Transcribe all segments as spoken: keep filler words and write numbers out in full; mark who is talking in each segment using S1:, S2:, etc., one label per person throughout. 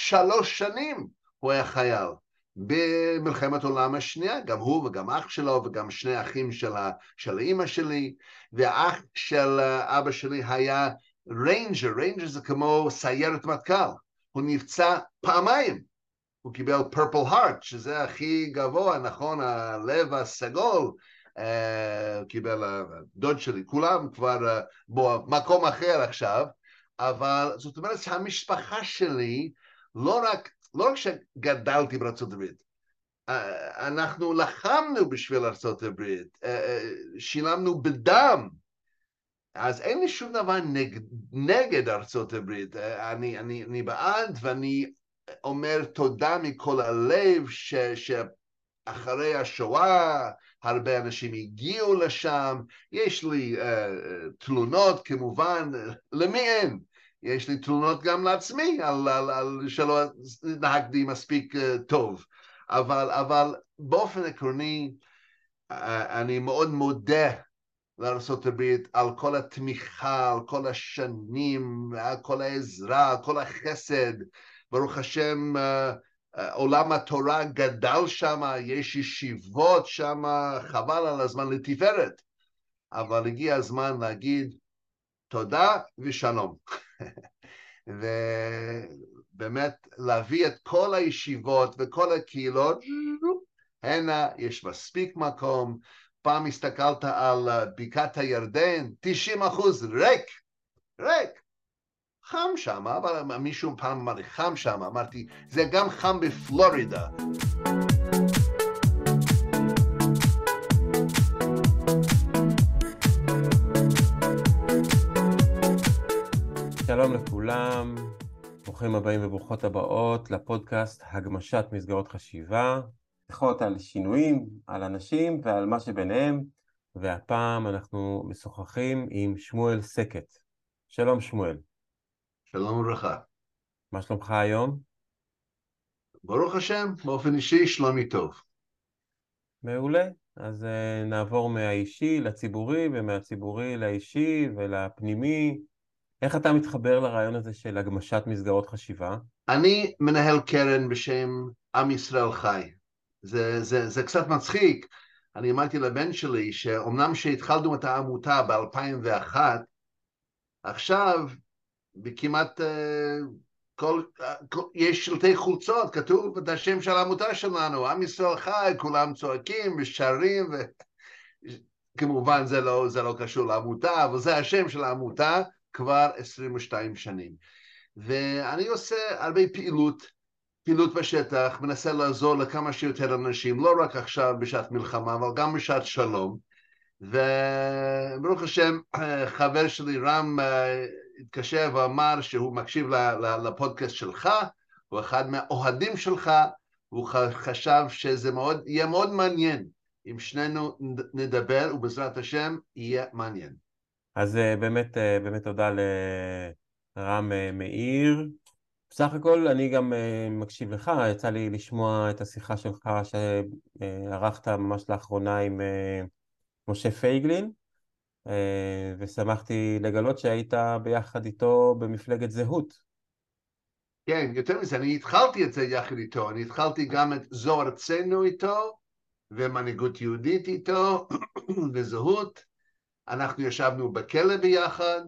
S1: שלוש שנים הוא היה חייל. במלחמת העולם השנייה, גם הוא וגם אח שלו וגם שני אחים של, ה, של אמא שלי, ואח של אבא שלי היה ריינג'ר, ריינג'ר זה כמו סיירת מטכ"ל, הוא נפצע פעמיים, הוא קיבל פרפל הארט, שזה הכי גבוה, נכון, הלב הסגול, uh, קיבל הדוד שלי, כולם כבר uh, במקום אחר עכשיו, אבל זאת אומרת שהמשפחה שלי, לא רק, לא רק שגדלתי בארצות הברית, אנחנו לחמנו בשביל ארצות הברית, שילמנו בדם, אז אין לי שום דבר נגד, נגד ארצות הברית, אני, אני, אני בעד ואני אומר תודה מכל הלב ש, שאחרי השואה הרבה אנשים הגיעו לשם, יש לי uh, תלונות כמובן, למי אין? יש לי תלונות גם לעצמי על, על, על שלא נהגתי מספיק uh, טוב, אבל, אבל באופן עקרוני uh, אני מאוד מודה לארצות הברית על כל התמיכה, על כל השנים, על כל העזרה, על כל החסד. ברוך השם, עולם התורה גדל שם, יש ישיבות שם, חבל על הזמן לתפארת. אבל הגיע הזמן להגיד תודה ושלום. ובאמת להביא את כל הישיבות וכל הקהילות, הנה יש מספיק מקום. פעם הסתכלת על בקעת הירדן, תשעים אחוז ריק, ריק. חם שם, אבל מישהו פעם אמר לי, חם שם, אמרתי, זה גם חם בפלורידה.
S2: שלום לכולם, ברוכים הבאים וברוכות הבאות לפודקאסט הגמשת מסגרות חשיבה, שיחות על שינויים, על אנשים ועל מה שביניהם, והפעם אנחנו משוחחים עם שמואל סקט. שלום שמואל.
S1: שלום וברכה.
S2: מה שלומך היום?
S1: ברוך השם, באופן אישי שלומי טוב.
S2: מעולה, אז uh, נעבור מהאישי לציבורי ומהציבורי לאישי ולפנימי. איך אתה מתחבר לרעיון הזה של הגמשת מסגרות חשיבה?
S1: אני מנהל קרן בשם עם ישראל חי. זה, זה, זה קצת מצחיק. אני אמרתי לבן שלי שאומנם שהתחלנו את העמותה ב-אלפיים ואחת, עכשיו בכמעט uh, כל, uh, כל, יש שלטי חולצות, כתוב את השם של העמותה שלנו, עם ישראל חי, כולם צועקים ושרים, וכמובן זה לא, זה לא קשור לעמותה, אבל זה השם של העמותה כבר עשרים ושתיים שנים. ואני עושה הרבה פעילות, פעילות בשטח, מנסה לעזור לכמה שיותר אנשים, לא רק עכשיו בשעת מלחמה, אבל גם בשעת שלום. וברוך השם, חבר שלי רם התקשר ואמר שהוא מקשיב לפודקאסט שלך, הוא אחד מהאוהדים שלך, הוא חשב שזה מאוד, יהיה מאוד מעניין אם שנינו נדבר, ובעזרת השם יהיה מעניין.
S2: אז באמת, באמת תודה לרם מאיר. בסך הכל אני גם מקשיב לך, יצא לי לשמוע את השיחה שלך שערכת ממש לאחרונה עם משה פייגלין, ושמחתי לגלות שהיית ביחד איתו במפלגת זהות.
S1: כן, יותר מזה, אני התחלתי את זה יחד איתו, אני התחלתי גם את זו ארצנו איתו, ומנהיגות יהודית איתו, וזהות. אנחנו ישבנו בכלא ביחד,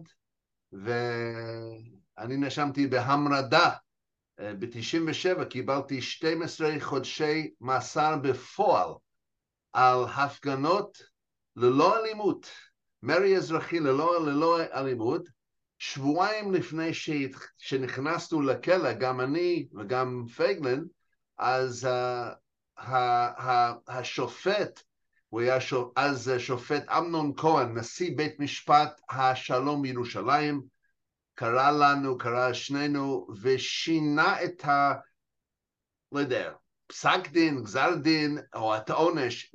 S1: ואני נשמתי בהמרדה. ב-תשעים ושבע קיבלתי שנים עשר חודשי מאסר בפועל על הפגנות ללא אלימות, מרי אזרחי ללא, ללא אלימות. שבועיים לפני שנכנסנו לכלא, גם אני וגם פייגלין, אז uh, השופט, הוא היה שופט, אז שופט אמנון כהן, נשיא בית משפט השלום בירושלים, קרא לנו, קרא שנינו, ושינה את ה... לא יודע, פסק דין, גזר דין, או את העונש,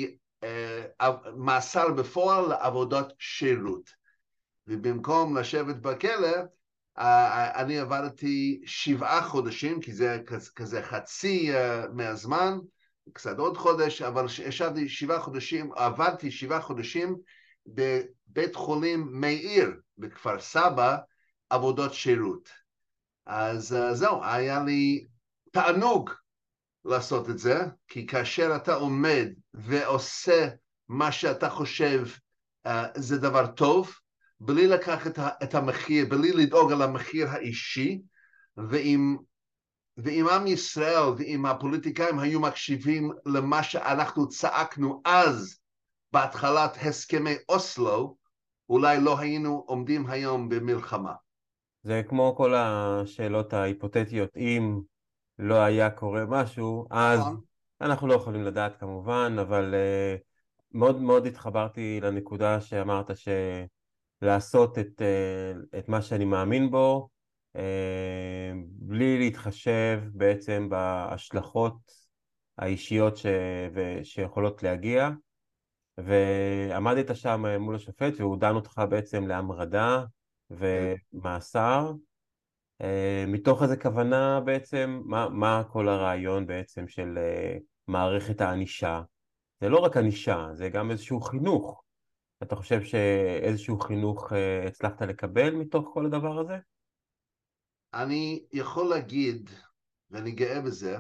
S1: ממאסר בפועל לעבודות שירות. ובמקום לשבת בכלא, אני עבדתי שבעה חודשים, כי זה כזה חצי מהזמן, קצת עוד חודש, אבל ישבתי שבעה חודשים, עבדתי שבעה חודשים בבית חולים מאיר בכפר סבא, עבודות שירות. אז uh, זהו, היה לי תענוג לעשות את זה, כי כאשר אתה עומד ועושה מה שאתה חושב uh, זה דבר טוב, בלי לקחת את, את המחיר, בלי לדאוג על המחיר האישי, ואם, ואם עם ישראל ואם הפוליטיקאים היו מקשיבים למה שאנחנו צעקנו אז, בהתחלת הסכמי אוסלו, אולי לא היינו עומדים היום במלחמה.
S2: זה כמו כל השאלות ההיפותטיות, אם לא היה קורה משהו, אז
S1: נכון.
S2: אנחנו לא יכולים לדעת כמובן, אבל uh, מאוד מאוד התחברתי לנקודה שאמרת שלעשות את, uh, את מה שאני מאמין בו, uh, בלי להתחשב בעצם בהשלכות האישיות ש... ו... שיכולות להגיע, ועמדת שם מול השופט והוא דן אותך בעצם להמרדה
S1: כן.
S2: ומאסר, אה, מתוך איזה כוונה בעצם, מה, מה כל הרעיון בעצם של אה, מערכת הענישה? זה לא רק ענישה, זה גם איזשהו חינוך. אתה חושב שאיזשהו חינוך אה, הצלחת לקבל מתוך כל הדבר הזה?
S1: אני יכול להגיד, ואני גאה בזה,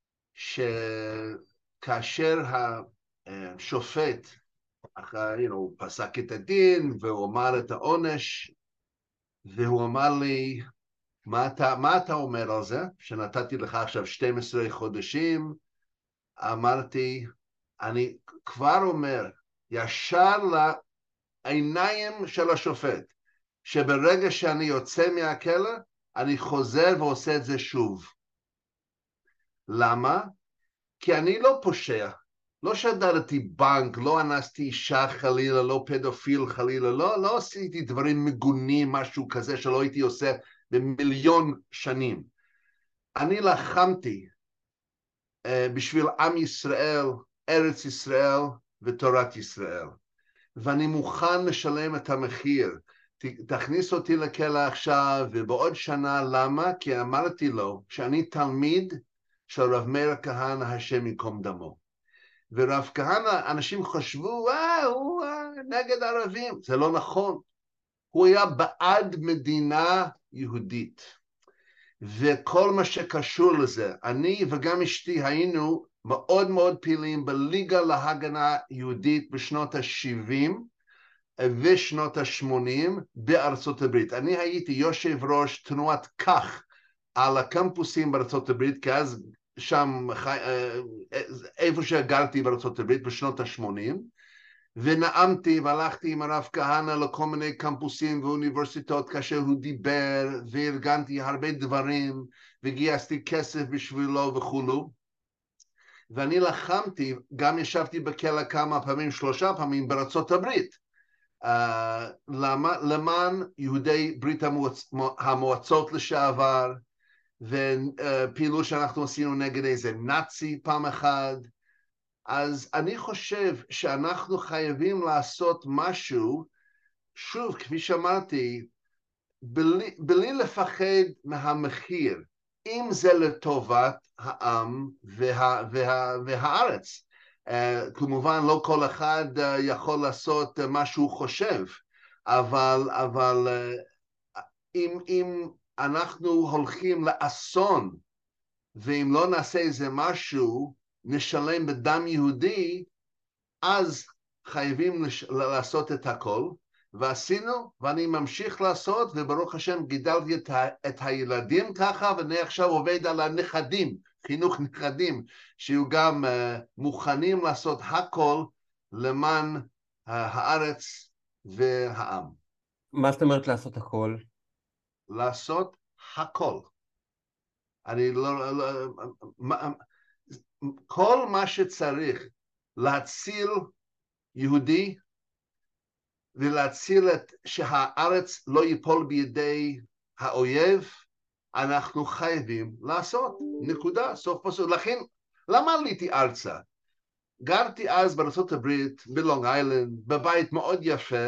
S1: שכאשר השופט אחרי, you know, הוא פסק את הדין והוא אמר את העונש, והוא אמר לי, מה אתה, מה אתה אומר על זה? שנתתי לך עכשיו שנים עשר חודשים, אמרתי, אני כבר אומר, ישר לעיניים של השופט, שברגע שאני יוצא מהכלא, אני חוזר ועושה את זה שוב. למה? כי אני לא פושע. לא שדדתי בנק, לא אנסתי אישה חלילה, לא פדופיל חלילה, לא, לא עשיתי דברים מגונים, משהו כזה שלא הייתי עושה במיליון שנים. אני לחמתי uh, בשביל עם ישראל, ארץ ישראל ותורת ישראל. ואני מוכן לשלם את המחיר. תכניס אותי לכלא עכשיו ובעוד שנה, למה? כי אמרתי לו שאני תלמיד של רב מאיר כהנא, השם ייקום דמו. ורב כהנא, אנשים חשבו, אה, הוא נגד ערבים. זה לא נכון. הוא היה בעד מדינה יהודית. וכל מה שקשור לזה, אני וגם אשתי היינו מאוד מאוד פעילים בליגה להגנה יהודית בשנות ה-שבעים ושנות ה-שמונים בארצות הברית. אני הייתי יושב ראש תנועת כך על הקמפוסים בארצות הברית, כי אז שם, איפה שגרתי בארצות הברית בשנות ה-שמונים, ונאמתי והלכתי עם הרב כהנא לכל מיני קמפוסים ואוניברסיטאות כאשר הוא דיבר, וארגנתי הרבה דברים, וגייסתי כסף בשבילו וכולו. ואני לחמתי, גם ישבתי בכלא כמה פעמים, שלושה פעמים בארצות הברית. Uh, למה? למען יהודי ברית המועצ... המועצות לשעבר, ופעילות שאנחנו עשינו נגד איזה נאצי פעם אחת. אז אני חושב שאנחנו חייבים לעשות משהו, שוב, כפי שאמרתי, בלי, בלי לפחד מהמחיר, אם זה לטובת העם וה, וה, והארץ. Uh, כמובן לא כל אחד uh, יכול לעשות uh, מה שהוא חושב, אבל, אבל uh, אם, אם אנחנו הולכים לאסון, ואם לא נעשה איזה משהו, נשלם בדם יהודי, אז חייבים לש... לעשות את הכל, ועשינו, ואני ממשיך לעשות, וברוך השם גידלתי את, ה... את הילדים ככה, ואני עכשיו עובד על הנכדים, חינוך נכדים, שיהיו גם uh, מוכנים לעשות הכל למען uh, הארץ והעם.
S2: מה זאת אומרת לעשות הכל?
S1: לעשות הכל. אני לא... לא מה, כל מה שצריך להציל יהודי, ולהציל את שהארץ לא ייפול בידי האויב, אנחנו חייבים לעשות, נקודה, סוף פסוק. לכן, למה עליתי ארצה? גרתי אז בארצות הברית, בלונג איילנד, בבית מאוד יפה,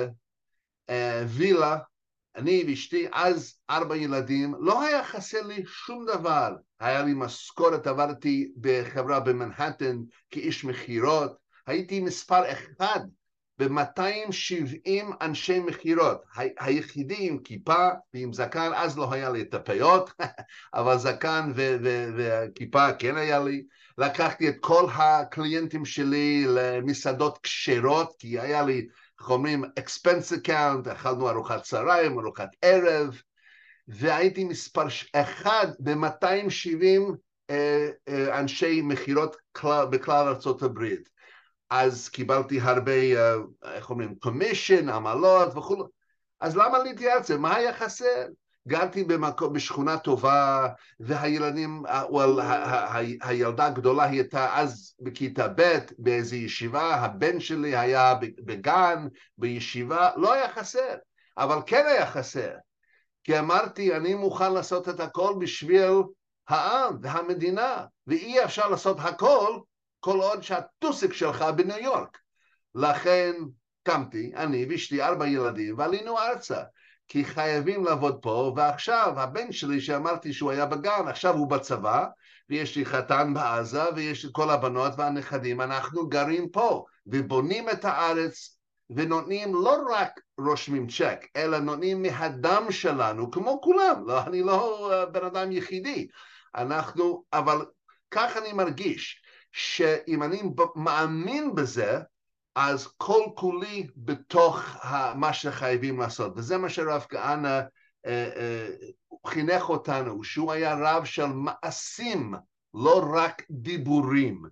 S1: וילה, אני ואשתי, אז ארבע ילדים, לא היה חסר לי שום דבר. היה לי משכורת, עבדתי בחברה במנהטן כאיש מכירות, הייתי מספר אחד ב-מאתיים ושבעים אנשי מכירות, ה- היחידי עם כיפה ועם זקן, אז לא היה לי את הפיות, אבל זקן ו- ו- וכיפה כן היה לי. לקחתי את כל הקליינטים שלי למסעדות כשרות, כי היה לי, איך אומרים, expense account, אכלנו ארוחת צהריים, ארוחת ערב, והייתי מספר אחד ב-מאתיים ושבעים אה, אה, אנשי מכירות כלל, בכלל ארצות הברית. אז קיבלתי הרבה, אה, איך אומרים, קומישן, עמלות וכו'. אז למה להתייעץ? מה היה חסר? גרתי במקום, בשכונה טובה, והילדים, well, ה- ה- ה- הילדה הגדולה היא הייתה אז בכיתה ב' באיזו ישיבה, הבן שלי היה בגן, בישיבה, לא היה חסר, אבל כן היה חסר. כי אמרתי, אני מוכן לעשות את הכל בשביל העם והמדינה, ואי אפשר לעשות הכל כל עוד שהטוסיק שלך בניו יורק. לכן קמתי, אני ואשתי ארבע ילדים, ועלינו ארצה, כי חייבים לעבוד פה, ועכשיו הבן שלי שאמרתי שהוא היה בגן, עכשיו הוא בצבא, ויש לי חתן בעזה, ויש לי כל הבנות והנכדים, אנחנו גרים פה, ובונים את הארץ, ונותנים לא רק רושמים צ'ק, אלא נותנים מהדם שלנו, כמו כולם, לא, אני לא בן אדם יחידי, אנחנו, אבל כך אני מרגיש, שאם אני מאמין בזה, אז כל כולי בתוך מה שחייבים לעשות, וזה מה שרב כהנא אה, אה, חינך אותנו, שהוא היה רב של מעשים, לא רק דיבורים,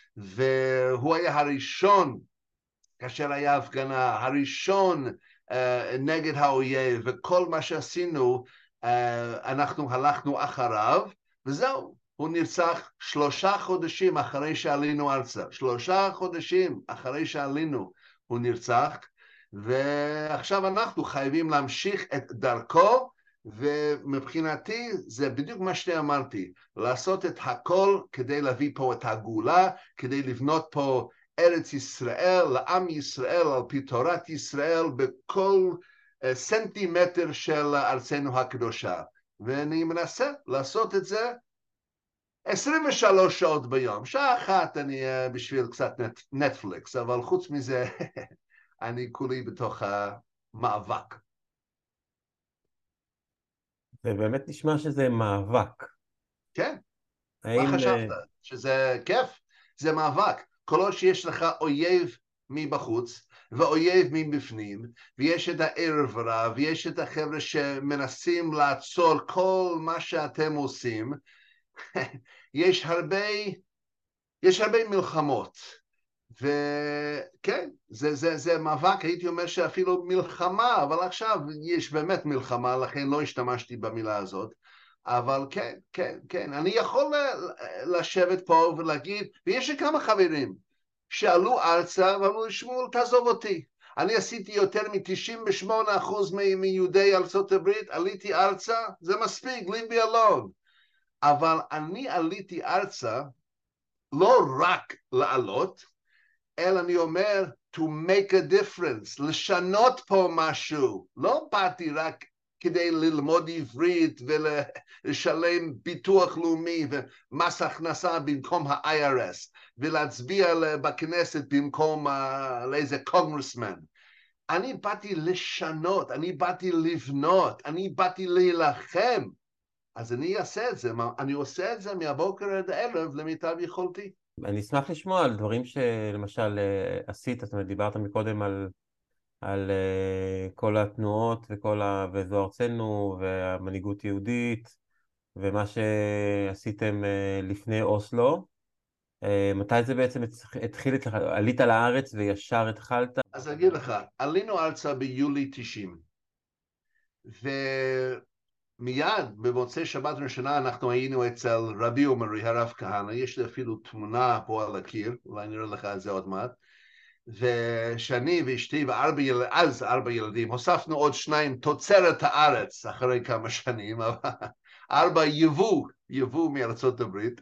S1: והוא היה הראשון, כאשר היה הפגנה, הראשון אה, נגד האויב, וכל מה שעשינו, אה, אנחנו הלכנו אחריו, וזהו. הוא נרצח שלושה חודשים אחרי שעלינו ארצה. שלושה חודשים אחרי שעלינו הוא נרצח, ועכשיו אנחנו חייבים להמשיך את דרכו, ומבחינתי זה בדיוק מה שאמרתי, לעשות את הכל כדי להביא פה את הגאולה, כדי לבנות פה ארץ ישראל, לעם ישראל, על פי תורת ישראל, בכל סנטימטר של ארצנו הקדושה. ואני מנסה לעשות את זה עשרים ושלוש שעות ביום, שעה אחת אני בשביל קצת נטפליקס, אבל חוץ מזה אני כולי בתוך המאבק.
S2: זה באמת נשמע שזה מאבק.
S1: כן,
S2: האם...
S1: מה חשבת? שזה כיף? זה מאבק. כל עוד שיש לך אויב מבחוץ ואויב מבפנים, ויש את הערב רע, ויש את החבר'ה שמנסים לעצור כל מה שאתם עושים, יש הרבה, יש הרבה מלחמות, וכן, זה, זה, זה מאבק, הייתי אומר שאפילו מלחמה, אבל עכשיו יש באמת מלחמה, לכן לא השתמשתי במילה הזאת, אבל כן, כן, כן, אני יכול לשבת פה ולהגיד, ויש לי כמה חברים שעלו ארצה ואמרו, שמואל, תעזוב אותי, אני עשיתי יותר מ-תשעים ושמונה אחוז מיהודי ארצות הברית, עליתי ארצה, זה מספיק, leave me alone. אבל אני עליתי ארצה לא רק לעלות, אלא אני אומר to make a difference, לשנות פה משהו. לא באתי רק כדי ללמוד עברית ולשלם ביטוח לאומי ומס הכנסה במקום ה-איי אר אס, ולהצביע בכנסת במקום לאיזה קונגרסמן. אני באתי לשנות, אני באתי לבנות, אני באתי להילחם. אז אני אעשה את זה, אני עושה את זה מהבוקר עד הערב למיטב יכולתי.
S2: אני אשמח לשמוע על דברים שלמשל עשית, זאת אומרת, דיברת מקודם על, על כל התנועות וכל ה... וזו ארצנו והמנהיגות יהודית ומה שעשיתם לפני אוסלו. מתי זה בעצם התחיל אצלך? עלית לארץ וישר התחלת?
S1: אז אגיד לך, עלינו ארצה ביולי תשעים, ומיד במוצאי שבת ראשונה אנחנו היינו אצל רבי עומרי, הרב כהנא, יש לי אפילו תמונה פה על הקיר, אולי נראה לך את זה עוד מעט, ושאני ואשתי וארבע ילדים, אז ארבע ילדים, הוספנו עוד שניים תוצרת הארץ אחרי כמה שנים, אבל ארבע יבוא, יבוא מארצות הברית,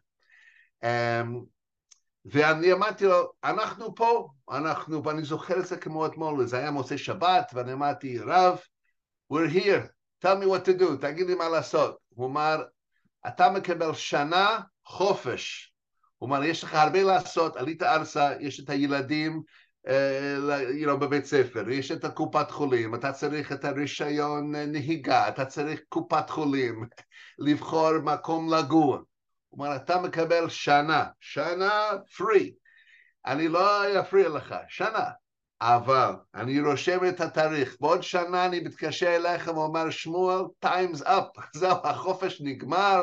S1: ואני אמרתי לו, אנחנו פה, אנחנו, ואני זוכר את זה כמו אתמול, זה היה מוצאי שבת, ואני אמרתי, רב, we're here, tell me what to do, תגיד לי מה לעשות. הוא אמר, אתה מקבל שנה חופש. הוא אמר, יש לך הרבה לעשות, עלית ארצה, יש את הילדים, you know, בבית ספר, יש את הקופת חולים, אתה צריך את הרישיון נהיגה, אתה צריך קופת חולים, לבחור מקום לגור. הוא אומר, אתה מקבל שנה, שנה free, אני לא אפריע לך, שנה, אבל אני רושם את התאריך, בעוד שנה אני מתקשר אליך ואומר, שמואל, time's up, זהו, החופש נגמר,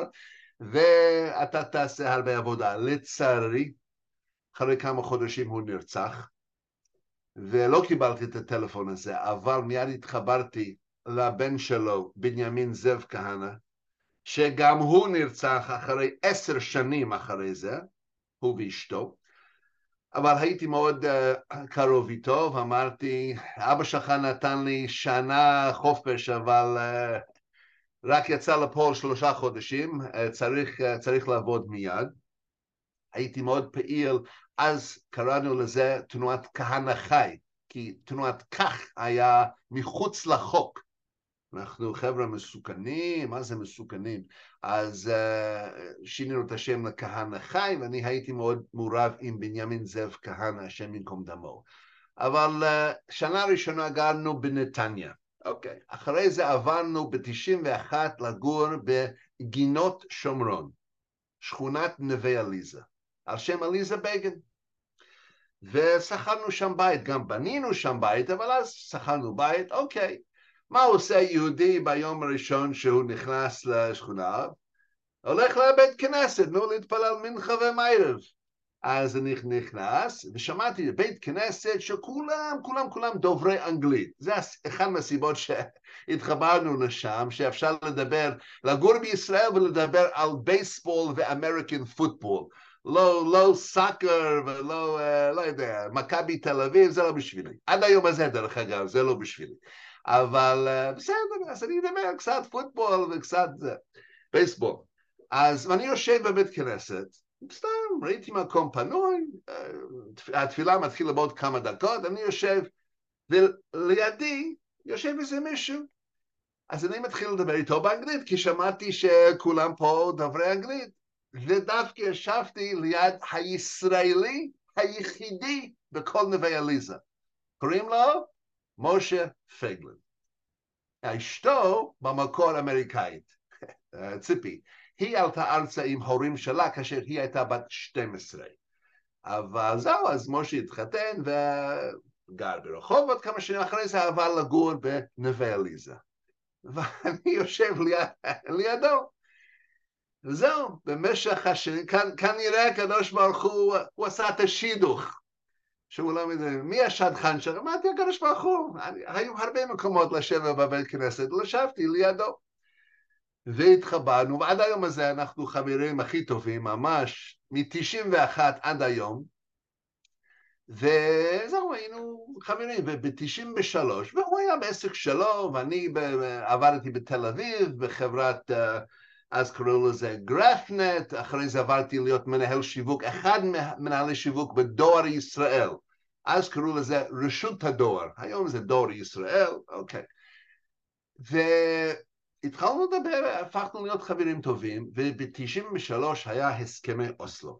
S1: ואתה תעשה הרבה עבודה. לצערי, אחרי כמה חודשים הוא נרצח, ולא קיבלתי את הטלפון הזה, אבל מיד התחברתי לבן שלו, בנימין זאב כהנא, שגם הוא נרצח אחרי עשר שנים אחרי זה, הוא ואשתו, אבל הייתי מאוד uh, קרוב איתו, ואמרתי, אבא שלך נתן לי שנה חופש, אבל uh, רק יצא לפועל שלושה חודשים, uh, צריך, uh, צריך לעבוד מיד. הייתי מאוד פעיל, אז קראנו לזה תנועת כהנא חי, כי תנועת כך היה מחוץ לחוק. אנחנו חבר'ה מסוכנים, מה זה מסוכנים? אז uh, שינינו את השם לכהנא חי, ואני הייתי מאוד מעורב עם בנימין זאב כהנא, השם ינקום דמו. אבל uh, שנה ראשונה גרנו בנתניה. אוקיי. אחרי זה עברנו ב-תשעים ואחת לגור בגינות שומרון, שכונת נווה עליזה, על שם עליזה בגין. ושכרנו שם בית, גם בנינו שם בית, אבל אז שכרנו בית, אוקיי. מה עושה יהודי ביום הראשון שהוא נכנס לשכונה? הולך לבית כנסת, נו להתפלל מנחה ומערב. אז אני נכנס ושמעתי בית כנסת שכולם, כולם, כולם דוברי אנגלית. זה אחד מהסיבות שהתחברנו לשם, שאפשר לדבר, לגור בישראל ולדבר על בייסבול ואמריקן פוטבול. לא, לא סאקר ולא, לא יודע, מכבי תל אביב, זה לא בשבילי. עד היום הזה דרך אגב, זה לא בשבילי. אבל בסדר, אז אני אדבר קצת פוטבול וקצת בייסבול. אז אני יושב בבית כנסת, סתם, ראיתי מקום פנוי, התפילה מתחילה בעוד כמה דקות, אני יושב, ולידי יושב איזה מישהו. אז אני מתחיל לדבר איתו באנגלית, כי שמעתי שכולם פה דוברי אנגלית, ודווקא ישבתי ליד הישראלי היחידי בכל נווה עליזה. קוראים לו משה פייגלין. אשתו במקור אמריקאית, ציפי. היא עלתה ארצה עם הורים שלה כאשר היא הייתה בת שתים עשרה. אבל זהו, אז משה התחתן וגר ברחובות כמה שנים אחרי זה, עבר לגור בנווה עליזה. ואני יושב ליד, לידו. וזהו, במשך השנים, כאן, כאן נראה הקדוש ברוך הוא, הוא עשה את השידוך. שהוא לא מבין, מי השדכן שלך? אמרתי, הקדוש ברוך הוא. היו הרבה מקומות לשבת בבית כנסת, לשבתי לידו. והתחברנו, ועד היום הזה אנחנו חברים הכי טובים, ממש מ-תשעים ואחת עד היום, וזהו, היינו חברים, וב-תשעים ושלוש, והוא היה בעסק שלו, ואני עברתי בתל אביב, בחברת, אז קראו לזה גרפנט, אחרי זה עברתי להיות מנהל שיווק, אחד מנהלי שיווק בדואר ישראל, אז קראו לזה רשות הדואר, היום זה דואר ישראל, אוקיי. ו... התחלנו לדבר, הפכנו להיות חברים טובים, וב-תשעים ושלוש היה הסכמי אוסלו.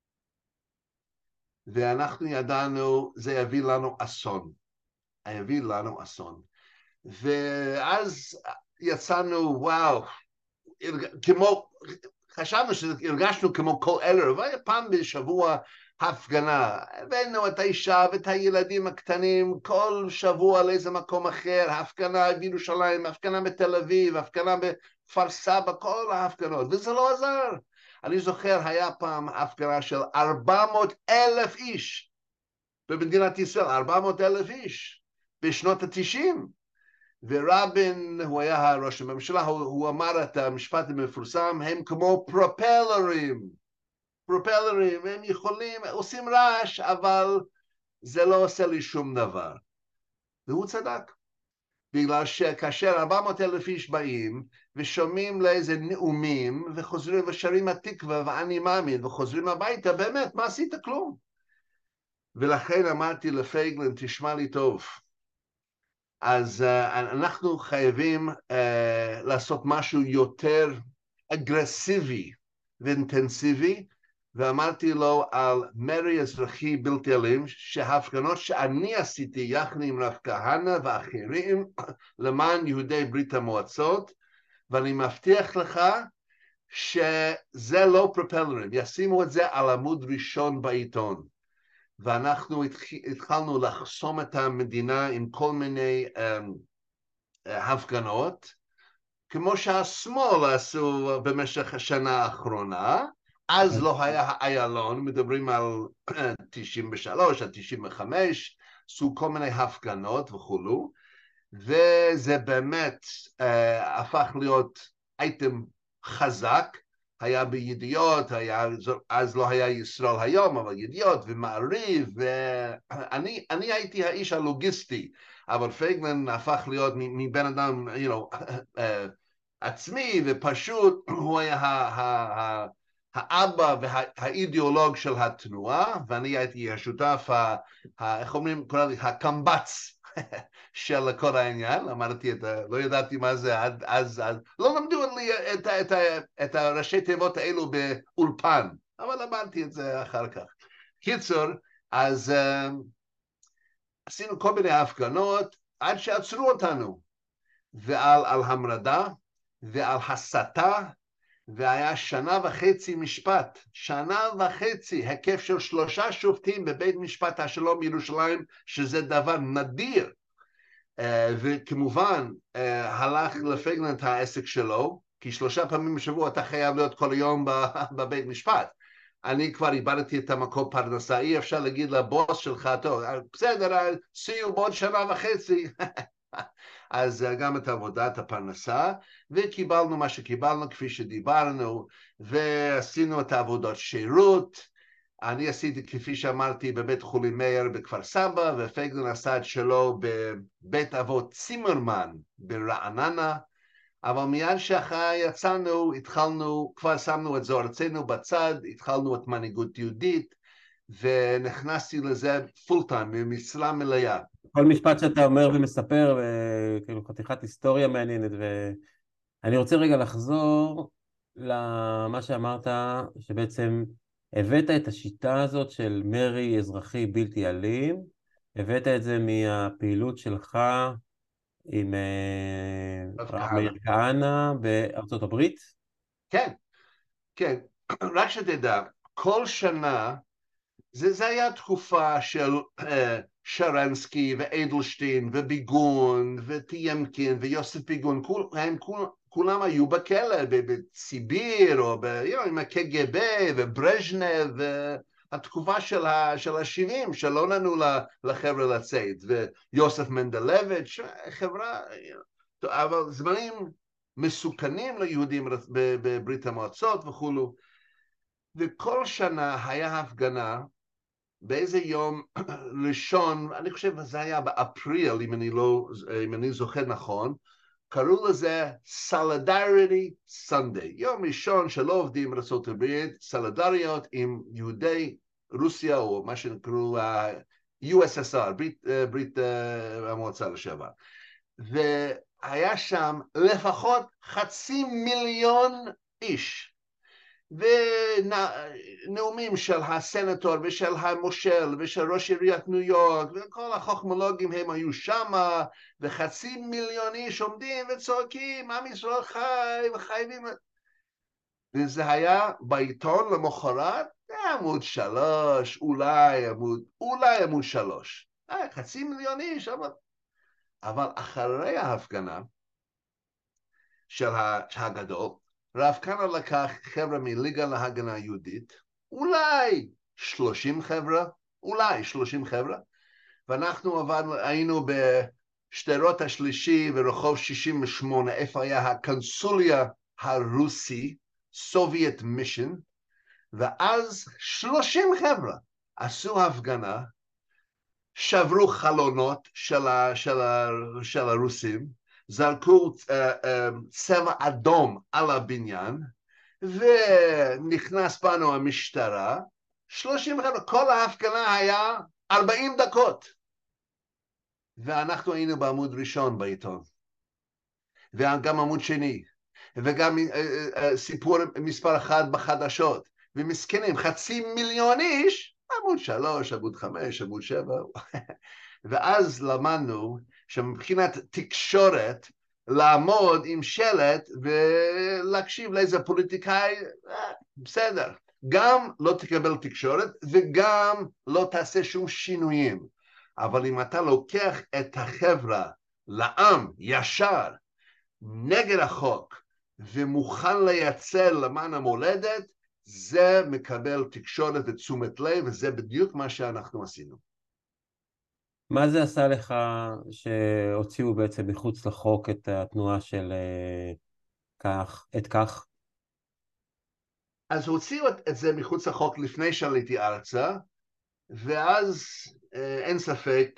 S1: ואנחנו ידענו, זה יביא לנו אסון. יביא לנו אסון. ואז יצאנו, וואו, כמו, חשבנו שהרגשנו כמו כל ערב, פעם בשבוע הפגנה, הבאנו את האישה ואת הילדים הקטנים, כל שבוע לאיזה מקום אחר, הפגנה בירושלים, הפגנה בתל אביב, הפגנה בכפר סבא, כל ההפגנות, וזה לא עזר. אני זוכר, היה פעם הפגנה של ארבע מאות אלף איש, במדינת ישראל, ארבע מאות אלף איש, בשנות ה-תשעים, ורבין, הוא היה ראש הממשלה, הוא, הוא אמר את המשפט המפורסם, הם כמו פרופלרים, פרופלרים, הם יכולים, עושים רעש, אבל זה לא עושה לי שום דבר. והוא צדק. בגלל שכאשר ארבע מאות אלף איש באים, ושומעים לאיזה נאומים, וחוזרים ושרים התקווה, ואני מאמין, וחוזרים הביתה, באמת, מה עשית? כלום. ולכן אמרתי לפייגלין, תשמע לי טוב. אז uh, אנחנו חייבים uh, לעשות משהו יותר אגרסיבי ואינטנסיבי, ואמרתי לו על מרי אזרחי בלתי אלים, שההפגנות שאני עשיתי יחד עם רב כהנא ואחרים למען יהודי ברית המועצות, ואני מבטיח לך שזה לא פרופלרים, ישימו את זה על עמוד ראשון בעיתון. ואנחנו התחלנו לחסום את המדינה עם כל מיני um, הפגנות, כמו שהשמאל עשו במשך השנה האחרונה. אז לא היה איילון, מדברים על תשעים ושלוש עד תשעים וחמש, עשו כל מיני הפגנות וכולו, וזה באמת uh, הפך להיות אייטם חזק, היה בידיעות, היה, אז לא היה ישראל היום, אבל ידיעות ומעריב, ואני אני הייתי האיש הלוגיסטי, אבל פייגלין הפך להיות מבן אדם, you know, uh, עצמי ופשוט, הוא היה ה... ה, ה האבא והאידיאולוג של התנועה, ואני הייתי השותף, ה, ה, איך אומרים, הקמבץ של כל העניין. אמרתי, את, לא ידעתי מה זה עד אז, אז לא למדו לי את, את, את, את הראשי תיבות האלו באולפן, אבל למדתי את זה אחר כך. קיצור, אז uh, עשינו כל מיני הפגנות, עד שעצרו אותנו, ועל על המרדה, ועל הסתה, והיה שנה וחצי משפט, שנה וחצי, היקף של שלושה שופטים בבית משפט השלום בירושלים, שזה דבר נדיר. Uh, וכמובן, uh, הלך לפייגלין את העסק שלו, כי שלושה פעמים בשבוע אתה חייב להיות כל היום בבית משפט. אני כבר איבדתי את המקום פרנסה, אי אפשר להגיד לבוס שלך, טוב, בסדר, see you בעוד שנה וחצי. אז גם את עבודת הפרנסה, וקיבלנו מה שקיבלנו כפי שדיברנו, ועשינו את העבודות שירות. אני עשיתי, כפי שאמרתי, בבית חולים מאיר בכפר סבא, ופייגלין עשה את שלו בבית אבות צימרמן ברעננה, אבל מיד שאחרי יצאנו, התחלנו, כבר שמנו את זו ארצנו בצד, התחלנו את מנהיגות יהודית, ונכנסתי לזה פול טיים, במשרה מלאה.
S2: כל משפט שאתה אומר ומספר, כאילו חתיכת היסטוריה מעניינת, ואני רוצה רגע לחזור למה שאמרת, שבעצם הבאת את השיטה הזאת של מרי אזרחי בלתי אלים, הבאת את זה מהפעילות שלך עם רב מאיר כהנא בארצות הברית?
S1: כן, כן, רק שתדע, כל שנה, זה, זה היה תקופה של uh, שרנסקי ואדלשטיין וביגון וטיימקין ויוסף ביגון, כול, הם כול, כולם היו בכלא, בסיביר או ב, you know, עם ה-קג"ב וברז'נב, והתקופה של, ה, של ה-שבעים, שלא נתנו לחבר'ה לצאת, ויוסף מנדלביץ', חברה, you know, אבל זמנים מסוכנים ליהודים בברית המועצות וכולו, וכל שנה היה הפגנה, באיזה יום ראשון, אני חושב שזה היה באפריל, אם אני, לא, אם אני זוכר נכון, קראו לזה Solidarity Sunday, יום ראשון שלא עובדים בארצות הברית, סולידריות עם יהודי רוסיה, או מה שנקראו ה-יו אס אס אר, ברית, ברית המועצה לשעבר. והיה שם לפחות חצי מיליון איש, ונאומים של הסנטור ושל המושל ושל ראש עיריית ניו יורק וכל החוכמולוגים הם היו שם, וחצי מיליון איש עומדים וצועקים עם ישראל חי וחייבים, וזה היה בעיתון למחרת עמוד שלוש, אולי עמוד, אולי עמוד שלוש, חצי מיליון איש. אבל, אבל אחרי ההפגנה של הגדול, רב כהנא לקח חבר'ה מליגה להגנה יהודית, אולי שלושים חבר'ה, אולי שלושים חבר'ה, ואנחנו עבדנו, היינו בשדרות השלישי ורחוב שישים ושמונה, איפה היה הקונסוליה הרוסי, סובייט מישן, ואז שלושים חבר'ה עשו הפגנה, שברו חלונות של, ה, של, ה, של הרוסים, זרקו uh, uh, צבע אדום על הבניין, ונכנס בנו המשטרה, שלושים חבר'ה, כל ההפגנה היה ארבעים דקות, ואנחנו היינו בעמוד ראשון בעיתון, וגם עמוד שני, וגם uh, uh, סיפור מספר אחד בחדשות, ומסכנים, חצי מיליון איש, עמוד שלוש, עמוד חמש, עמוד שבע. ואז למדנו שמבחינת תקשורת, לעמוד עם שלט ולהקשיב לאיזה פוליטיקאי, בסדר. גם לא תקבל תקשורת וגם לא תעשה שום שינויים. אבל אם אתה לוקח את החברה לעם ישר, נגד החוק, ומוכן לייצר למען המולדת, זה מקבל תקשורת ותשומת לב, וזה בדיוק מה שאנחנו עשינו.
S2: מה זה עשה לך שהוציאו בעצם מחוץ לחוק את התנועה של כך, את כך?
S1: אז הוציאו את זה מחוץ לחוק לפני שעליתי ארצה, ואז אין ספק,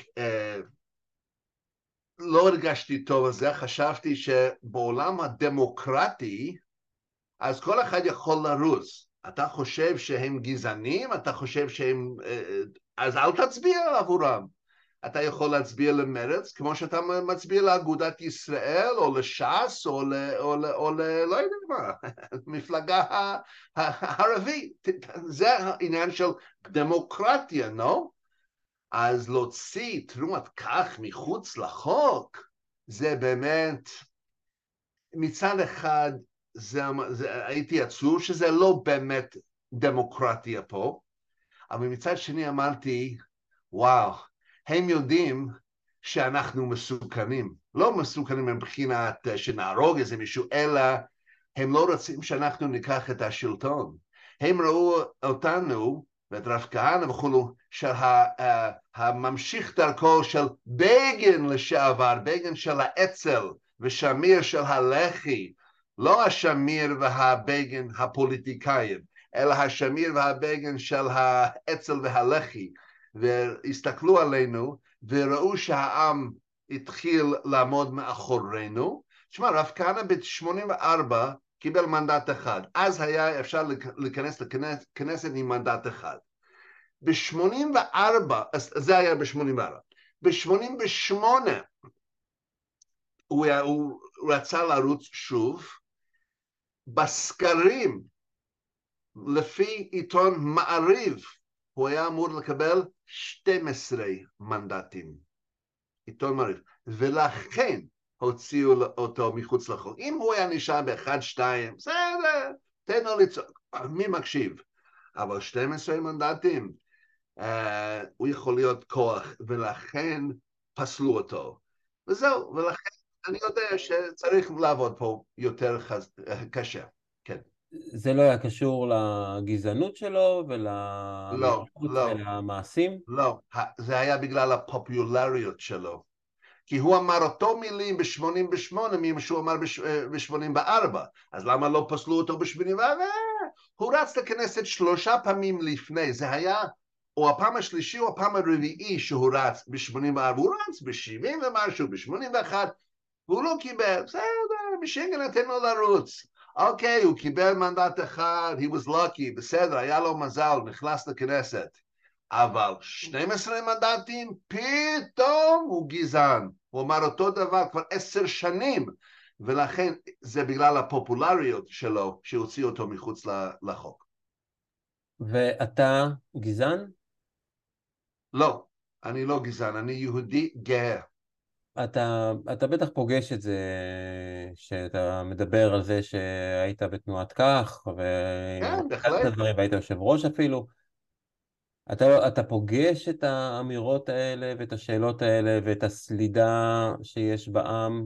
S1: לא הרגשתי טוב על זה, חשבתי שבעולם הדמוקרטי, אז כל אחד יכול לרוץ. אתה חושב שהם גזענים, אתה חושב שהם, אז אל תצביע עבורם. אתה יכול להצביע למרץ, כמו שאתה מצביע לאגודת ישראל, או לש"ס, או ל... או ל... או ל... לא יודע מה, מפלגה הערבית. זה העניין של דמוקרטיה, לא? אז להוציא תנועת כך מחוץ לחוק, זה באמת, מצד אחד, זה, זה, הייתי עצוב שזה לא באמת דמוקרטיה פה, אבל מצד שני אמרתי, וואו, הם יודעים שאנחנו מסוכנים, לא מסוכנים מבחינת שנהרוג איזה מישהו, אלא הם לא רוצים שאנחנו ניקח את השלטון. הם ראו אותנו, ואת רב כהנא וכולו, של הממשיך דרכו של בגין לשעבר, בגין של האצ"ל ושמיר של הלח"י, לא השמיר והבגין הפוליטיקאים, אלא השמיר והבגין של האצ"ל והלח"י, והסתכלו עלינו וראו שהעם התחיל לעמוד מאחורינו. תשמע, רב כהנא ב-שמונים וארבע קיבל מנדט אחד, אז היה אפשר להיכנס לכנסת עם מנדט אחד. ב-שמונים וארבע, זה היה ב-שמונים וארבע, ב-שמונים ושמונה הוא, הוא רצה לרוץ שוב, בסקרים, לפי עיתון מעריב, הוא היה אמור לקבל שנים עשר מנדטים, עיתון מעריב, ולכן הוציאו אותו מחוץ לחוק. אם הוא היה נשאר באחד, שתיים, בסדר, תן לו לצעוק, מי מקשיב? אבל שנים עשר מנדטים, uh, הוא יכול להיות כוח, ולכן פסלו אותו. וזהו, ולכן אני יודע שצריך לעבוד פה יותר חז... קשה, כן.
S2: זה לא היה קשור לגזענות שלו
S1: לא,
S2: ולאמירות
S1: לא,
S2: ולמעשים?
S1: לא, זה היה בגלל הפופולריות שלו. כי הוא אמר אותו מילים ב-שמונים ושמונה ממה שהוא אמר ב-שמונים וארבע, אז למה לא פסלו אותו ב-שמונים וארבע? הוא רץ לכנסת שלושה פעמים לפני, זה היה או הפעם השלישי או הפעם הרביעי שהוא רץ ב-שמונים וארבע, הוא רץ ב-שבעים ומשהו, ב-שמונים ואחת, והוא לא קיבל, בסדר, בשינגן נתן לו לרוץ. אוקיי, הוא קיבל מנדט אחד, he was lucky, בסדר, היה לו מזל, נכנס לכנסת. אבל שנים עשר מנדטים, פתאום הוא גזען. הוא אמר אותו דבר כבר עשר שנים, ולכן זה בגלל הפופולריות שלו שהוציא אותו מחוץ לחוק.
S2: ואתה גזען?
S1: לא, אני לא גזען, אני יהודי גאה.
S2: אתה, אתה בטח פוגש את זה, שאתה מדבר על זה שהיית בתנועת כך,
S1: כן, בהחלט.
S2: דברים, והיית יושב ראש אפילו. אתה, אתה פוגש את האמירות האלה ואת השאלות האלה ואת הסלידה שיש בעם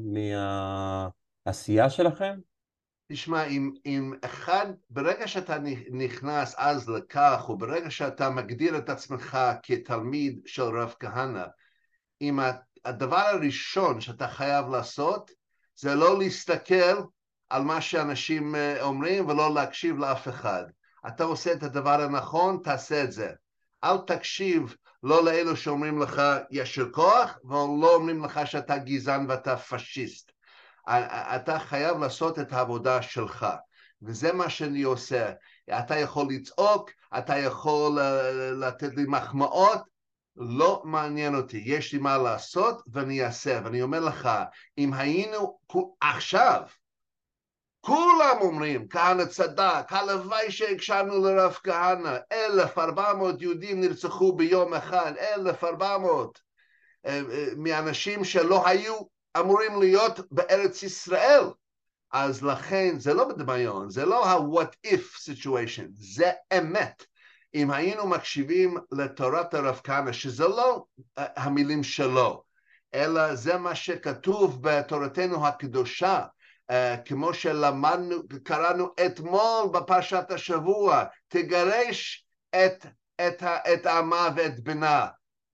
S2: מהעשייה שלכם?
S1: תשמע, אם, אם אחד, ברגע שאתה נכנס אז לכך, או ברגע שאתה מגדיר את עצמך כתלמיד של רב כהנא, אם הדבר הראשון שאתה חייב לעשות, זה לא להסתכל על מה שאנשים אומרים ולא להקשיב לאף אחד. אתה עושה את הדבר הנכון, תעשה את זה. אל תקשיב לא לאלו שאומרים לך ישר כוח, ולא אומרים לך שאתה גזען ואתה פשיסט. אתה חייב לעשות את העבודה שלך, וזה מה שאני עושה. אתה יכול לצעוק, אתה יכול לתת לי מחמאות, לא מעניין אותי, יש לי מה לעשות ואני אעשה. ואני אומר לך, אם היינו עכשיו, כולם אומרים, כהנא צדק, הלוואי שהקשבנו לרב כהנא, אלף וארבע מאות יהודים נרצחו ביום אחד, אלף וארבע מאות, מאנשים שלא היו אמורים להיות בארץ ישראל. אז לכן זה לא בדמיון, זה לא ה-what if situation, זה אמת. אם היינו מקשיבים לתורת הרב כהנא, שזה לא המילים שלו, אלא זה מה שכתוב בתורתנו הקדושה, כמו שלמדנו, קראנו אתמול בפרשת השבוע, תגרש את, את, את עמה ואת בנה.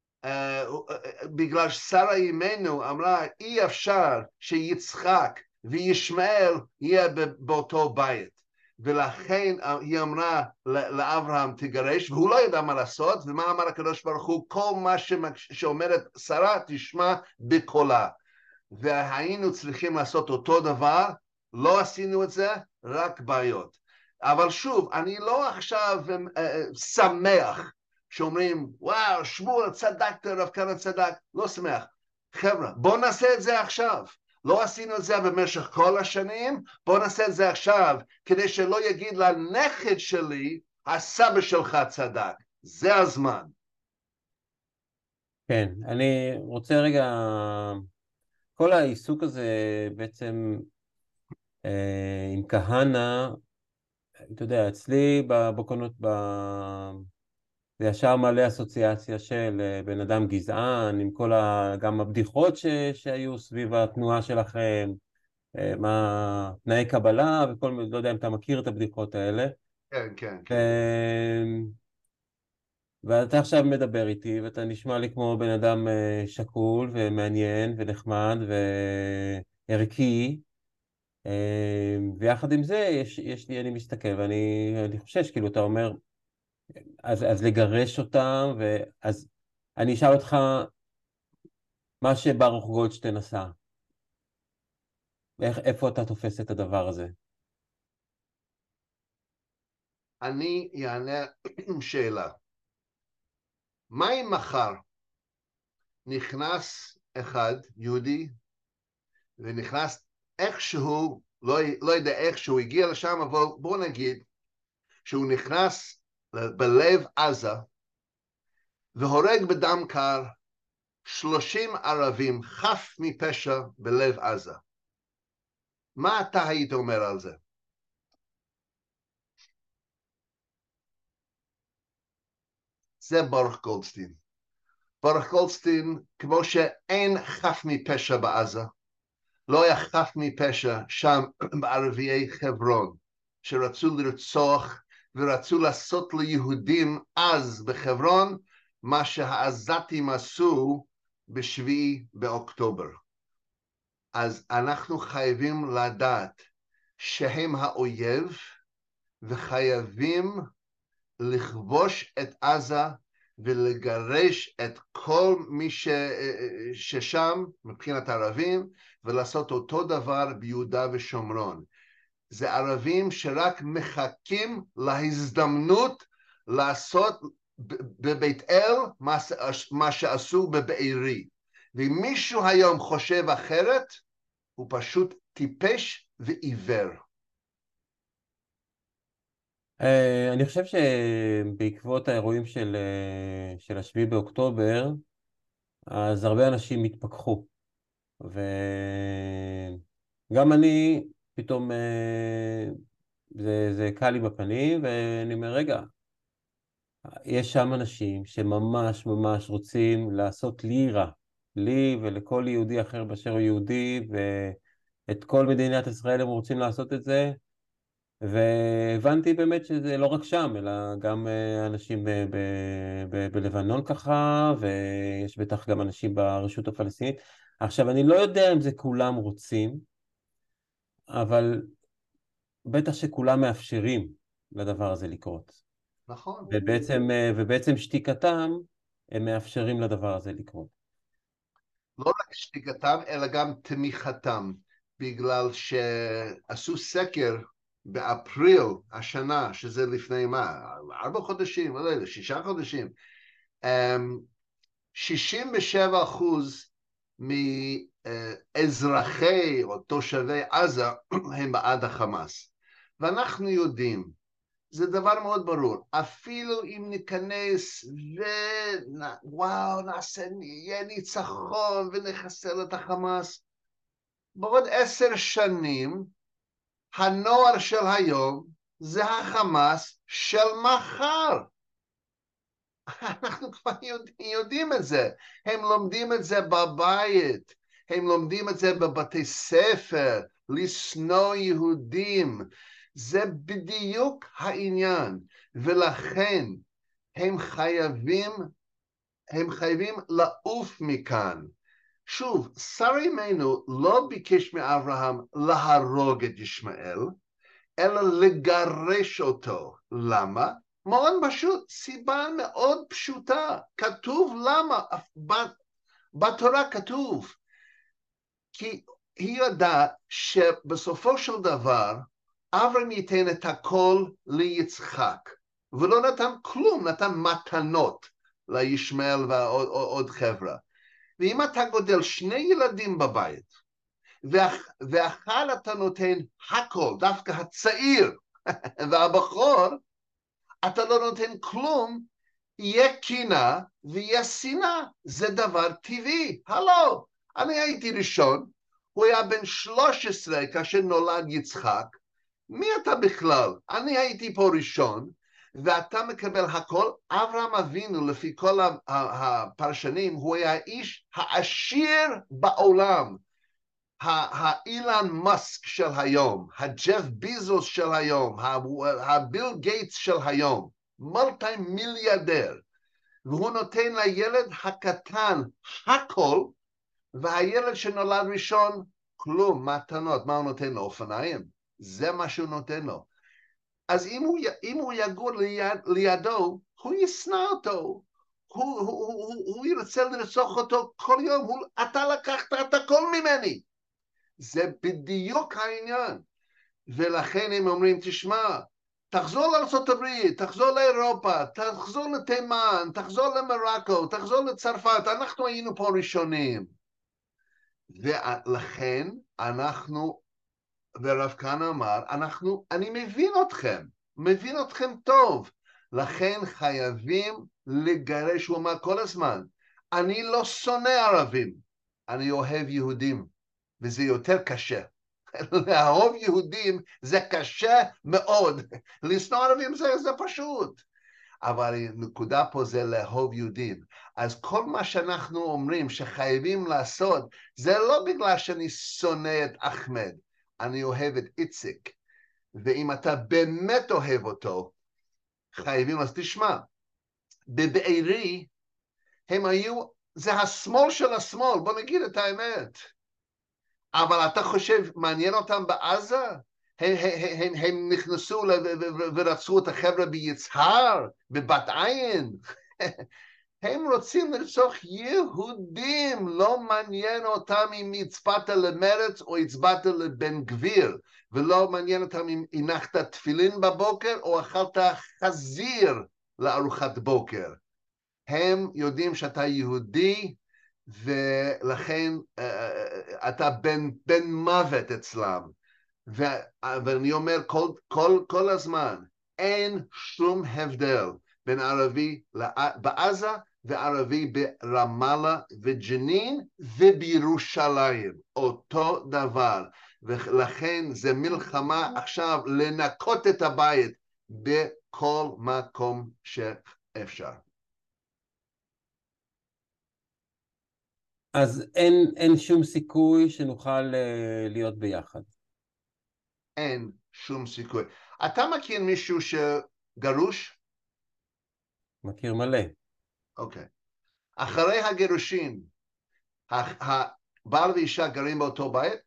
S1: בגלל שרה אימנו אמרה, אי אפשר שיצחק וישמעאל יהיה באותו בית, ולכן היא אמרה לאברהם תגרש, והוא לא ידע מה לעשות, ומה אמר הקדוש ברוך הוא? כל מה שאומרת שרה תשמע בקולה. והיינו צריכים לעשות אותו דבר, לא עשינו את זה, רק בעיות. אבל שוב, אני לא עכשיו שמח שאומרים, וואו, שמואל צדקת, רב כהנא צדק, לא שמח. חבר'ה, בואו נעשה את זה עכשיו. לא עשינו את זה במשך כל השנים, בואו נעשה את זה עכשיו, כדי שלא יגיד לנכד שלי, הסבא שלך צדק. זה הזמן.
S2: כן, אני רוצה רגע, כל העיסוק הזה בעצם אה, עם כהנא, אתה יודע, אצלי בקונות, ב... זה ישר מלא אסוציאציה של בן אדם גזען, עם כל ה... גם הבדיחות ש... שהיו סביב התנועה שלכם, מה תנאי קבלה וכל מיני, לא יודע אם אתה מכיר את הבדיחות האלה.
S1: כן, כן, כן.
S2: ו... ואתה עכשיו מדבר איתי, ואתה נשמע לי כמו בן אדם שקול ומעניין ונחמד וערכי, ויחד עם זה יש, יש לי, אני מסתכל ואני אני חושש, כאילו אתה אומר, אז, אז לגרש אותם, ואז אני אשאל אותך מה שברוך גולדשטיין עשה. איך, איפה אתה תופס את הדבר הזה?
S1: אני אענה שאלה. מה אם מחר נכנס אחד, יהודי, ונכנס איכשהו, לא, לא יודע איך שהוא הגיע לשם, אבל בואו נגיד שהוא נכנס בלב עזה, והורג בדם קר שלושים ערבים חף מפשע בלב עזה. מה אתה היית אומר על זה? זה ברוך גולדשטיין. ברוך גולדשטיין, כמו שאין חף מפשע בעזה, לא היה חף מפשע שם בערביי חברון, שרצו לרצוח ורצו לעשות ליהודים אז בחברון, מה שהעזתים עשו בשביעי באוקטובר. אז אנחנו חייבים לדעת שהם האויב, וחייבים לכבוש את עזה ולגרש את כל מי ש... ששם מבחינת ערבים, ולעשות אותו דבר ביהודה ושומרון. זה ערבים שרק מחכים להזדמנות לעשות בבית אל מה, מה שעשו בבארי. ואם מישהו היום חושב אחרת, הוא פשוט טיפש ועיוור.
S2: אני חושב שבעקבות האירועים של, של השביעי באוקטובר, אז הרבה אנשים התפכחו. וגם אני, פתאום זה, זה קל לי בפנים, ואני אומר, רגע, יש שם אנשים שממש ממש רוצים לעשות לי רע, לי ולכל יהודי אחר באשר הוא יהודי, ואת כל מדינת ישראל הם רוצים לעשות את זה, והבנתי באמת שזה לא רק שם, אלא גם אנשים ב- ב- ב- בלבנון ככה, ויש בטח גם אנשים ברשות הפלסטינית. עכשיו, אני לא יודע אם זה כולם רוצים, אבל בטח שכולם מאפשרים לדבר הזה לקרות.
S1: נכון.
S2: ובעצם, ובעצם שתיקתם, הם מאפשרים לדבר הזה לקרות.
S1: לא רק שתיקתם, אלא גם תמיכתם, בגלל שעשו סקר באפריל השנה, שזה לפני מה? ארבע חודשים, לא יודע, שישה חודשים. שישים ושבע אחוז מאזרחי או תושבי עזה הם בעד החמאס. ואנחנו יודעים, זה דבר מאוד ברור, אפילו אם ניכנס ווואו, נעשה, יהיה ניצחון ונחסל את החמאס, בעוד עשר שנים, הנוער של היום זה החמאס של מחר. אנחנו כבר יודע, יודעים את זה, הם לומדים את זה בבית, הם לומדים את זה בבתי ספר, לשנוא יהודים, זה בדיוק העניין, ולכן הם חייבים, הם חייבים לעוף מכאן. שוב, שר אימנו לא ביקש מאברהם להרוג את ישמעאל, אלא לגרש אותו. למה? מאוד פשוט, סיבה מאוד פשוטה. כתוב למה, בתורה כתוב, כי היא יודעת שבסופו של דבר, אברהם ייתן את הכל ליצחק, ולא נתן כלום, נתן מתנות לישמעאל ועוד עוד חבר'ה. ואם אתה גודל שני ילדים בבית, ואח, ואחד אתה נותן הכל, דווקא הצעיר והבחור, אתה לא נותן כלום, יהיה קינה ויהיה שנאה, זה דבר טבעי. הלו, אני הייתי ראשון, הוא היה בן שלוש עשרה כאשר נולד יצחק, מי אתה בכלל? אני הייתי פה ראשון, ואתה מקבל הכל. אברהם אבינו, לפי כל הפרשנים, הוא היה האיש העשיר בעולם, האילן מאסק של היום, הג'ף ביזוס של היום, הביל גייטס של היום, מולטי מיליארדר, והוא נותן לילד הקטן הכל, והילד שנולד ראשון, כלום, מתנות. מה הוא נותן לו? אופניים? זה מה שהוא נותן לו. אז אם הוא, אם הוא יגור ליד, לידו, הוא ישנא אותו, הוא, הוא, הוא, הוא ירצה לרצוח אותו כל יום, הוא, אתה לקחת את הכל ממני. זה בדיוק העניין. ולכן הם אומרים, תשמע, תחזור לארצות הברית, תחזור לאירופה, תחזור לתימן, תחזור למרוקו, תחזור לצרפת, אנחנו היינו פה ראשונים. ולכן אנחנו, ורב כהנא אמר, אנחנו, אני מבין אתכם, מבין אתכם טוב, לכן חייבים לגרש. הוא אמר כל הזמן, אני לא שונא ערבים, אני אוהב יהודים, וזה יותר קשה. לאהוב יהודים זה קשה מאוד, לשנוא ערבים זה, זה פשוט. אבל הנקודה פה זה לאהוב יהודים. אז כל מה שאנחנו אומרים שחייבים לעשות, זה לא בגלל שאני שונא את אחמד, אני אוהב את איציק. ואם אתה באמת אוהב אותו, חייבים, אז תשמע, בבארי הם היו, זה השמאל של השמאל, בוא נגיד את האמת. אבל אתה חושב, מעניין אותם בעזה? הם, הם, הם, הם נכנסו ורצו את החבר'ה ביצהר, בבת עין. הם רוצים לרצוח יהודים, לא מעניין אותם אם הצבעת למרץ או הצבעת לבן גביר, ולא מעניין אותם אם הנחת תפילין בבוקר או אכלת חזיר לארוחת בוקר. הם יודעים שאתה יהודי, ולכן uh, אתה בן, בן מוות אצלם. ו, ואני אומר כל, כל, כל הזמן, אין שום הבדל בין ערבי בעזה וערבי ברמאללה וג'נין ובירושלים, אותו דבר. ולכן זה מלחמה עכשיו לנקות את הבית בכל מקום שאפשר.
S2: אז אין, אין שום סיכוי שנוכל uh, להיות ביחד.
S1: אין שום סיכוי. אתה מכיר מישהו שגרוש?
S2: מכיר מלא.
S1: אוקיי. אחרי הגירושים, הבעל ואישה גרים באותו בית?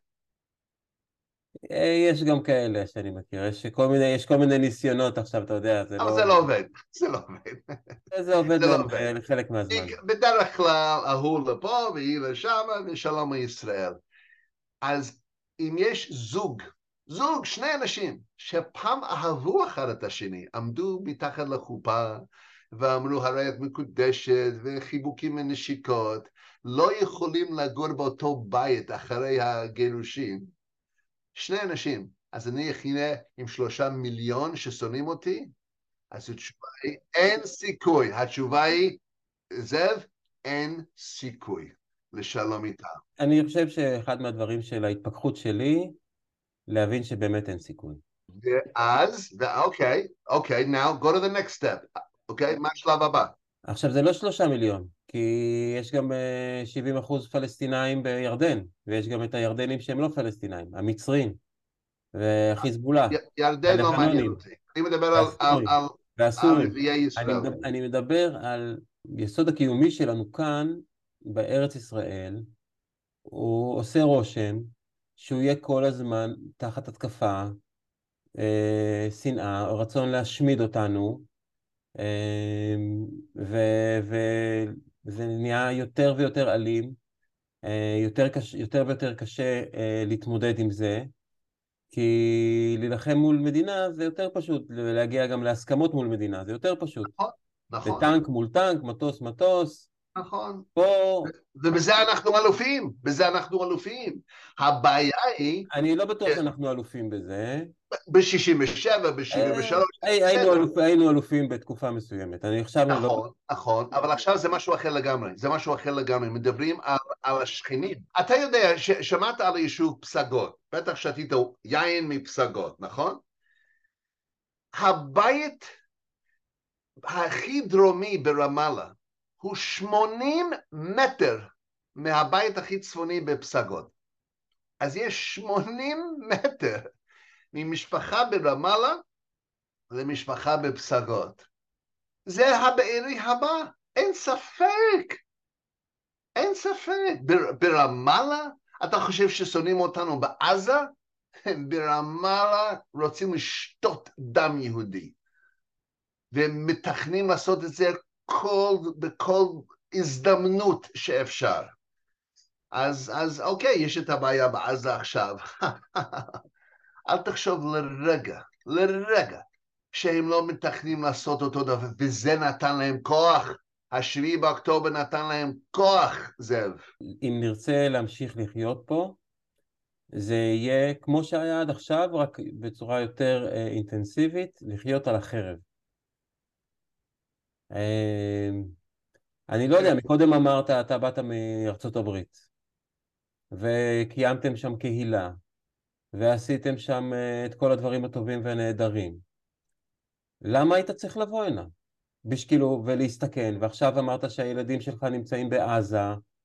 S2: יש גם כאלה שאני מכיר, יש כל מיני, יש כל מיני ניסיונות עכשיו, אתה יודע, זה
S1: אבל
S2: לא...
S1: זה לא עובד, זה לא עובד.
S2: זה עובד
S1: זה לא
S2: להם
S1: עובד.
S2: לחלק מהזמן.
S1: בדרך כלל, ההוא לפה והיא לשם, ושלום לישראל. אז אם יש זוג, זוג, שני אנשים, שפעם אהבו אחד את השני, עמדו מתחת לחופה, ואמרו הרי את מקודשת וחיבוקים ונשיקות, לא יכולים לגור באותו בית אחרי הגירושים, שני אנשים, אז אני אחיה עם שלושה מיליון ששונאים אותי? אז התשובה היא, אין סיכוי. התשובה היא, זאב, אין סיכוי לשלום איתם.
S2: אני חושב שאחד מהדברים של ההתפכחות שלי, להבין שבאמת אין סיכוי.
S1: ואז, אוקיי, אוקיי, now go to the next step. אוקיי, מה השלב הבא?
S2: עכשיו זה לא שלושה מיליון, כי יש גם שבעים אחוז פלסטינאים בירדן, ויש גם את הירדנים שהם לא פלסטינאים, המצרים, וחיזבאללה,
S1: ירדן לא מעניין
S2: הלבנונים,
S1: אותי. אני מדבר על, על,
S2: והסורים,
S1: על, על
S2: והסורים.
S1: ערביי
S2: אני
S1: ישראל.
S2: מדבר, אני מדבר על יסוד הקיומי שלנו כאן, בארץ ישראל, הוא עושה רושם שהוא יהיה כל הזמן תחת התקפה, אה, שנאה, רצון להשמיד אותנו, אה, ו- ו- וזה נהיה יותר ויותר אלים, אה, יותר, קש, יותר ויותר קשה אה, להתמודד עם זה, כי להילחם מול מדינה זה יותר פשוט, להגיע גם להסכמות מול מדינה זה יותר פשוט.
S1: נכון, נכון,
S2: וטנק מול טנק, מטוס מטוס,
S1: נכון.
S2: פה
S1: ובזה אנחנו אלופים, בזה אנחנו אלופים. הבעיה היא,
S2: אני לא בטוח שאנחנו אלופים בזה.
S1: ב-שישים ושבע, ב-שבעים
S2: אה,
S1: ושלוש,
S2: היינו,
S1: בסדר.
S2: אלופ, היינו אלופים בתקופה מסוימת, אני עכשיו לא...
S1: נכון, נכון, אבל עכשיו זה משהו אחר לגמרי, זה משהו אחר לגמרי, מדברים על, על השכנים. אתה יודע, ש, שמעת על היישוב פסגות, בטח שתית יין מפסגות, נכון? הבית הכי דרומי ברמאללה הוא שמונים מטר מהבית הכי צפוני בפסגות. אז יש שמונים מטר ממשפחה ברמאללה למשפחה בפסגות. זה הבארי הבא, אין ספק, אין ספק. בר, ברמאללה, אתה חושב ששונאים אותנו בעזה? ברמאללה רוצים לשתות דם יהודי. ומתכנים לעשות את זה כל, בכל הזדמנות שאפשר. אז, אז אוקיי, יש את הבעיה בעזה עכשיו. אל תחשוב לרגע, לרגע, שהם לא מתכנים לעשות אותו דבר, וזה נתן להם כוח. השביעי באוקטובר נתן להם כוח, זאב.
S2: אם נרצה להמשיך לחיות פה, זה יהיה כמו שהיה עד עכשיו, רק בצורה יותר אה, אינטנסיבית, לחיות על החרב. אה, אני לא יודע, מקודם אמרת, אתה באת מארצות הברית, וקיימתם שם קהילה, ועשיתם שם אה, את כל הדברים הטובים והנהדרים. למה היית צריך לבוא הנה? בשכאילו, ולהסתכן, ועכשיו אמרת שהילדים שלך נמצאים בעזה,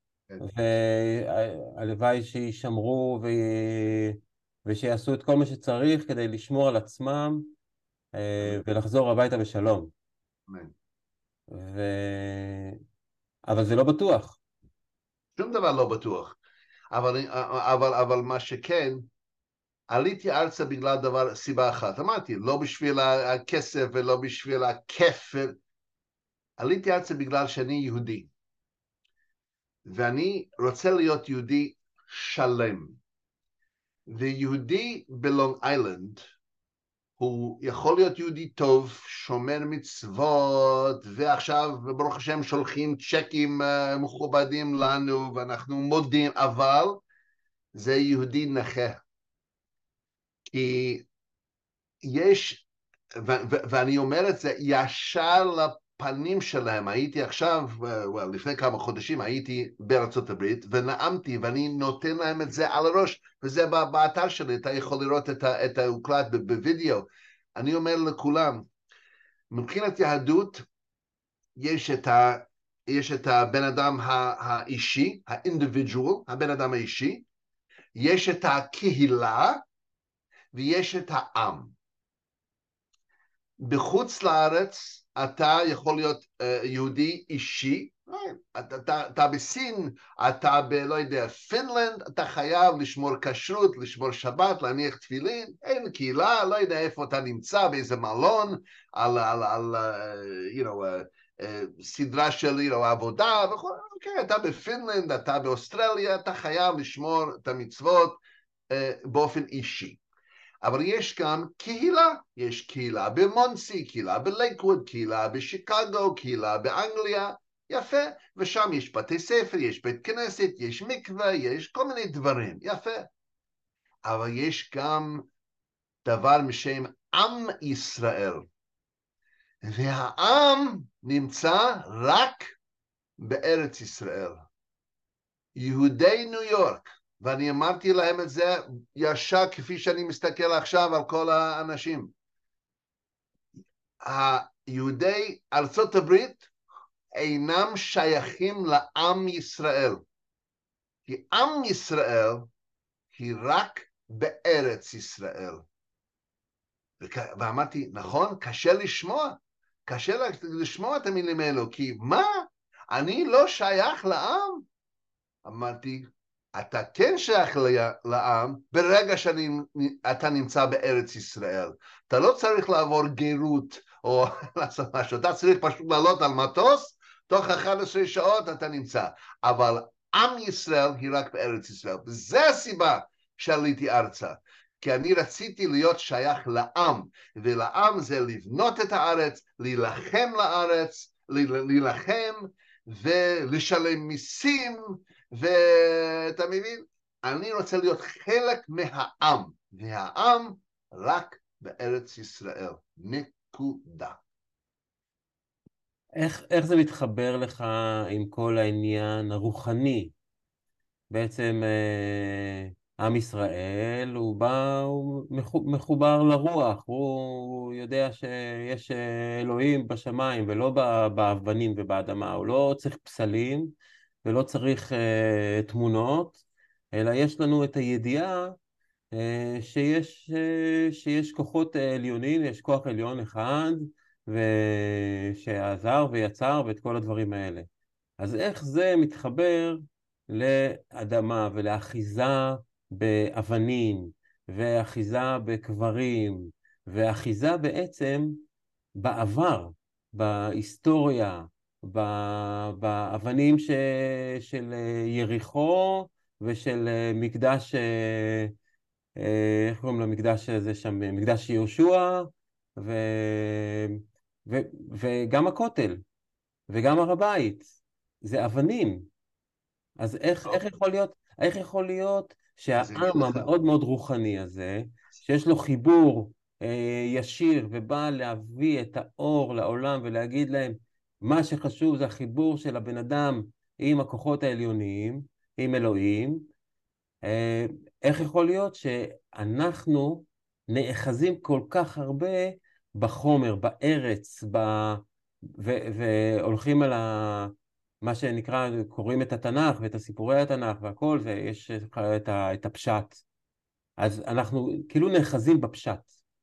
S2: והלוואי שישמרו ו... ושיעשו את כל מה שצריך כדי לשמור על עצמם ולחזור הביתה בשלום. ו... אבל זה לא בטוח.
S1: שום דבר לא בטוח. אבל, אבל, אבל מה שכן, עליתי ארצה בגלל דבר, סיבה אחת. אמרתי, לא בשביל הכסף ולא בשביל הכיף. עליתי ארצה בגלל שאני יהודי. ואני רוצה להיות יהודי שלם. ויהודי בלונג איילנד, הוא יכול להיות יהודי טוב, שומר מצוות, ועכשיו ברוך השם שולחים צ'קים uh, מכובדים לנו, ואנחנו מודים, אבל זה יהודי נכה. כי יש, ו- ו- ואני אומר את זה ישר לפנים שלהם. הייתי עכשיו, well, לפני כמה חודשים הייתי בארצות הברית, ונאמתי, ואני נותן להם את זה על הראש, וזה באתר שלי, אתה יכול לראות את, ה- את ההוקלט בווידאו. אני אומר לכולם, מבחינת יהדות, יש את, ה, יש את הבן אדם האישי, האינדיבידואל, הבן אדם האישי, יש את הקהילה, ויש את העם. בחוץ לארץ אתה יכול להיות uh, יהודי אישי, אתה, אתה, אתה בסין, אתה ב, לא יודע, פינלנד, אתה חייב לשמור כשרות, לשמור שבת, להניח תפילין, אין קהילה, לא יודע איפה אתה נמצא, באיזה מלון, על, על, על uh, you know, uh, uh, סדרה של you know, עבודה, וכל, okay, אתה בפינלנד, אתה באוסטרליה, אתה חייב לשמור את המצוות uh, באופן אישי. אבל יש גם קהילה, יש קהילה במונסי, קהילה בלייקווד, קהילה בשיקגו, קהילה באנגליה, יפה, ושם יש בתי ספר, יש בית כנסת, יש מקווה, יש כל מיני דברים, יפה. אבל יש גם דבר בשם עם ישראל, והעם נמצא רק בארץ ישראל. יהודי ניו יורק, ואני אמרתי להם את זה ישר כפי שאני מסתכל עכשיו על כל האנשים. היהודי ארצות הברית אינם שייכים לעם ישראל, כי עם ישראל היא רק בארץ ישראל. ואמרתי, נכון, קשה לשמוע, קשה לשמוע את המילים האלו, כי מה? אני לא שייך לעם? אמרתי, אתה כן שייך לעם ברגע שאתה נמצא בארץ ישראל. אתה לא צריך לעבור גירות או לעשות משהו, אתה צריך פשוט לעלות על מטוס, תוך אחת עשרה שעות אתה נמצא. אבל עם ישראל היא רק בארץ ישראל. וזו הסיבה שעליתי ארצה. כי אני רציתי להיות שייך לעם, ולעם זה לבנות את הארץ, להילחם לארץ, להילחם ולשלם מיסים, ואתה מבין? אני רוצה להיות חלק מהעם, והעם רק בארץ ישראל. נקודה.
S2: איך, איך זה מתחבר לך עם כל העניין הרוחני? בעצם אה, עם ישראל הוא בא, הוא מחובר לרוח, הוא יודע שיש אלוהים בשמיים ולא באבנים ובאדמה, הוא לא צריך פסלים ולא צריך אה, תמונות, אלא יש לנו את הידיעה אה, שיש, אה, שיש כוחות עליונים, יש כוח עליון אחד שעזר ויצר ואת כל הדברים האלה. אז איך זה מתחבר לאדמה ולאחיזה באבנים ואחיזה בקברים ואחיזה בעצם בעבר, בהיסטוריה, באבנים ש... של יריחו ושל מקדש, איך קוראים למקדש הזה שם? מקדש יהושע, ו... ו... וגם הכותל וגם הר הבית, זה אבנים. אז איך, איך יכול להיות, איך יכול להיות שהעם המאוד מאוד רוחני הזה, שיש לו חיבור אה, ישיר ובא להביא את האור לעולם ולהגיד להם, מה שחשוב זה החיבור של הבן אדם עם הכוחות העליוניים, עם אלוהים, אה, איך יכול להיות שאנחנו נאחזים כל כך הרבה בחומר, בארץ, ב... ו... והולכים על ה... מה שנקרא, קוראים את התנ"ך ואת הסיפורי התנ"ך והכל, ויש את, ה... את הפשט. אז אנחנו כאילו נאחזים בפשט.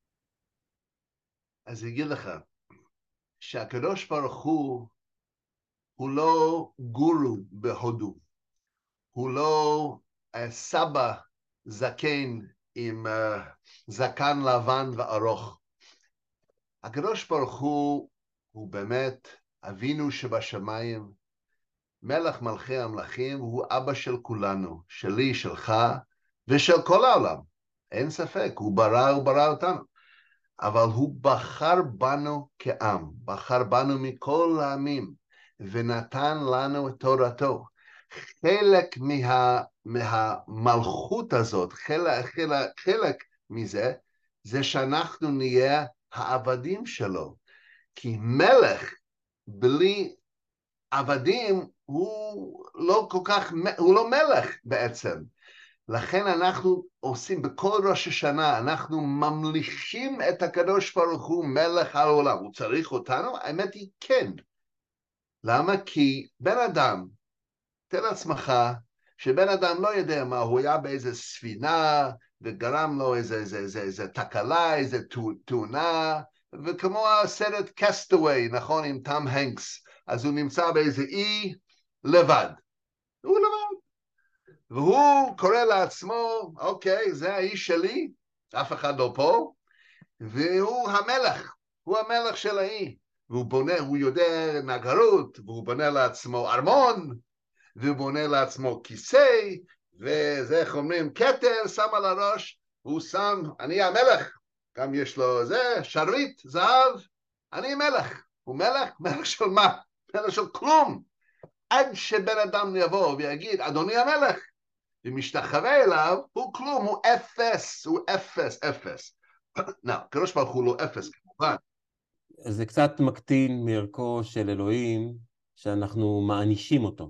S1: אז אני אגיד לך, שהקדוש ברוך הוא, הוא לא גורו בהודו, הוא לא uh, סבא זקן עם uh, זקן לבן וארוך. הקדוש ברוך הוא, הוא באמת אבינו שבשמיים, מלך מלכי המלכים, הוא אבא של כולנו, שלי, שלך ושל כל העולם. אין ספק, הוא ברא, הוא ברא אותנו. אבל הוא בחר בנו כעם, בחר בנו מכל העמים, ונתן לנו את תורתו. חלק מה, מהמלכות הזאת, חלק, חלק, חלק מזה, זה שאנחנו נהיה העבדים שלו. כי מלך בלי עבדים הוא לא כל כך, הוא לא מלך בעצם. לכן אנחנו עושים בכל ראש השנה, אנחנו ממליכים את הקדוש ברוך הוא מלך העולם. הוא צריך אותנו? האמת היא כן. למה? כי בן אדם, תן לעצמך, שבן אדם לא יודע מה, הוא היה באיזה ספינה, וגרם לו איזה, איזה, איזה, איזה תקלה, איזה תאונה, וכמו הסרט קסטווי, נכון, עם טום הנקס, אז הוא נמצא באיזה אי לבד. הוא לבד. והוא קורא לעצמו, אוקיי, זה האיש שלי, אף אחד לא פה, והוא המלך, הוא המלך של האי. והוא בונה, הוא יודע נגרות, והוא בונה לעצמו ארמון, והוא בונה לעצמו כיסא, וזה איך אומרים, כתר שם על הראש, הוא שם, אני המלך, גם יש לו זה, שרביט, זהב, אני מלך. הוא מלך? מלך של מה? מלך של כלום. עד שבן אדם יבוא ויגיד, אדוני המלך, ומשתחווה אליו, הוא כלום, הוא אפס, הוא אפס, אפס. לא, קדוש ברוך הוא לא אפס, כמובן.
S2: זה קצת מקטין מערכו של אלוהים, שאנחנו מענישים אותו.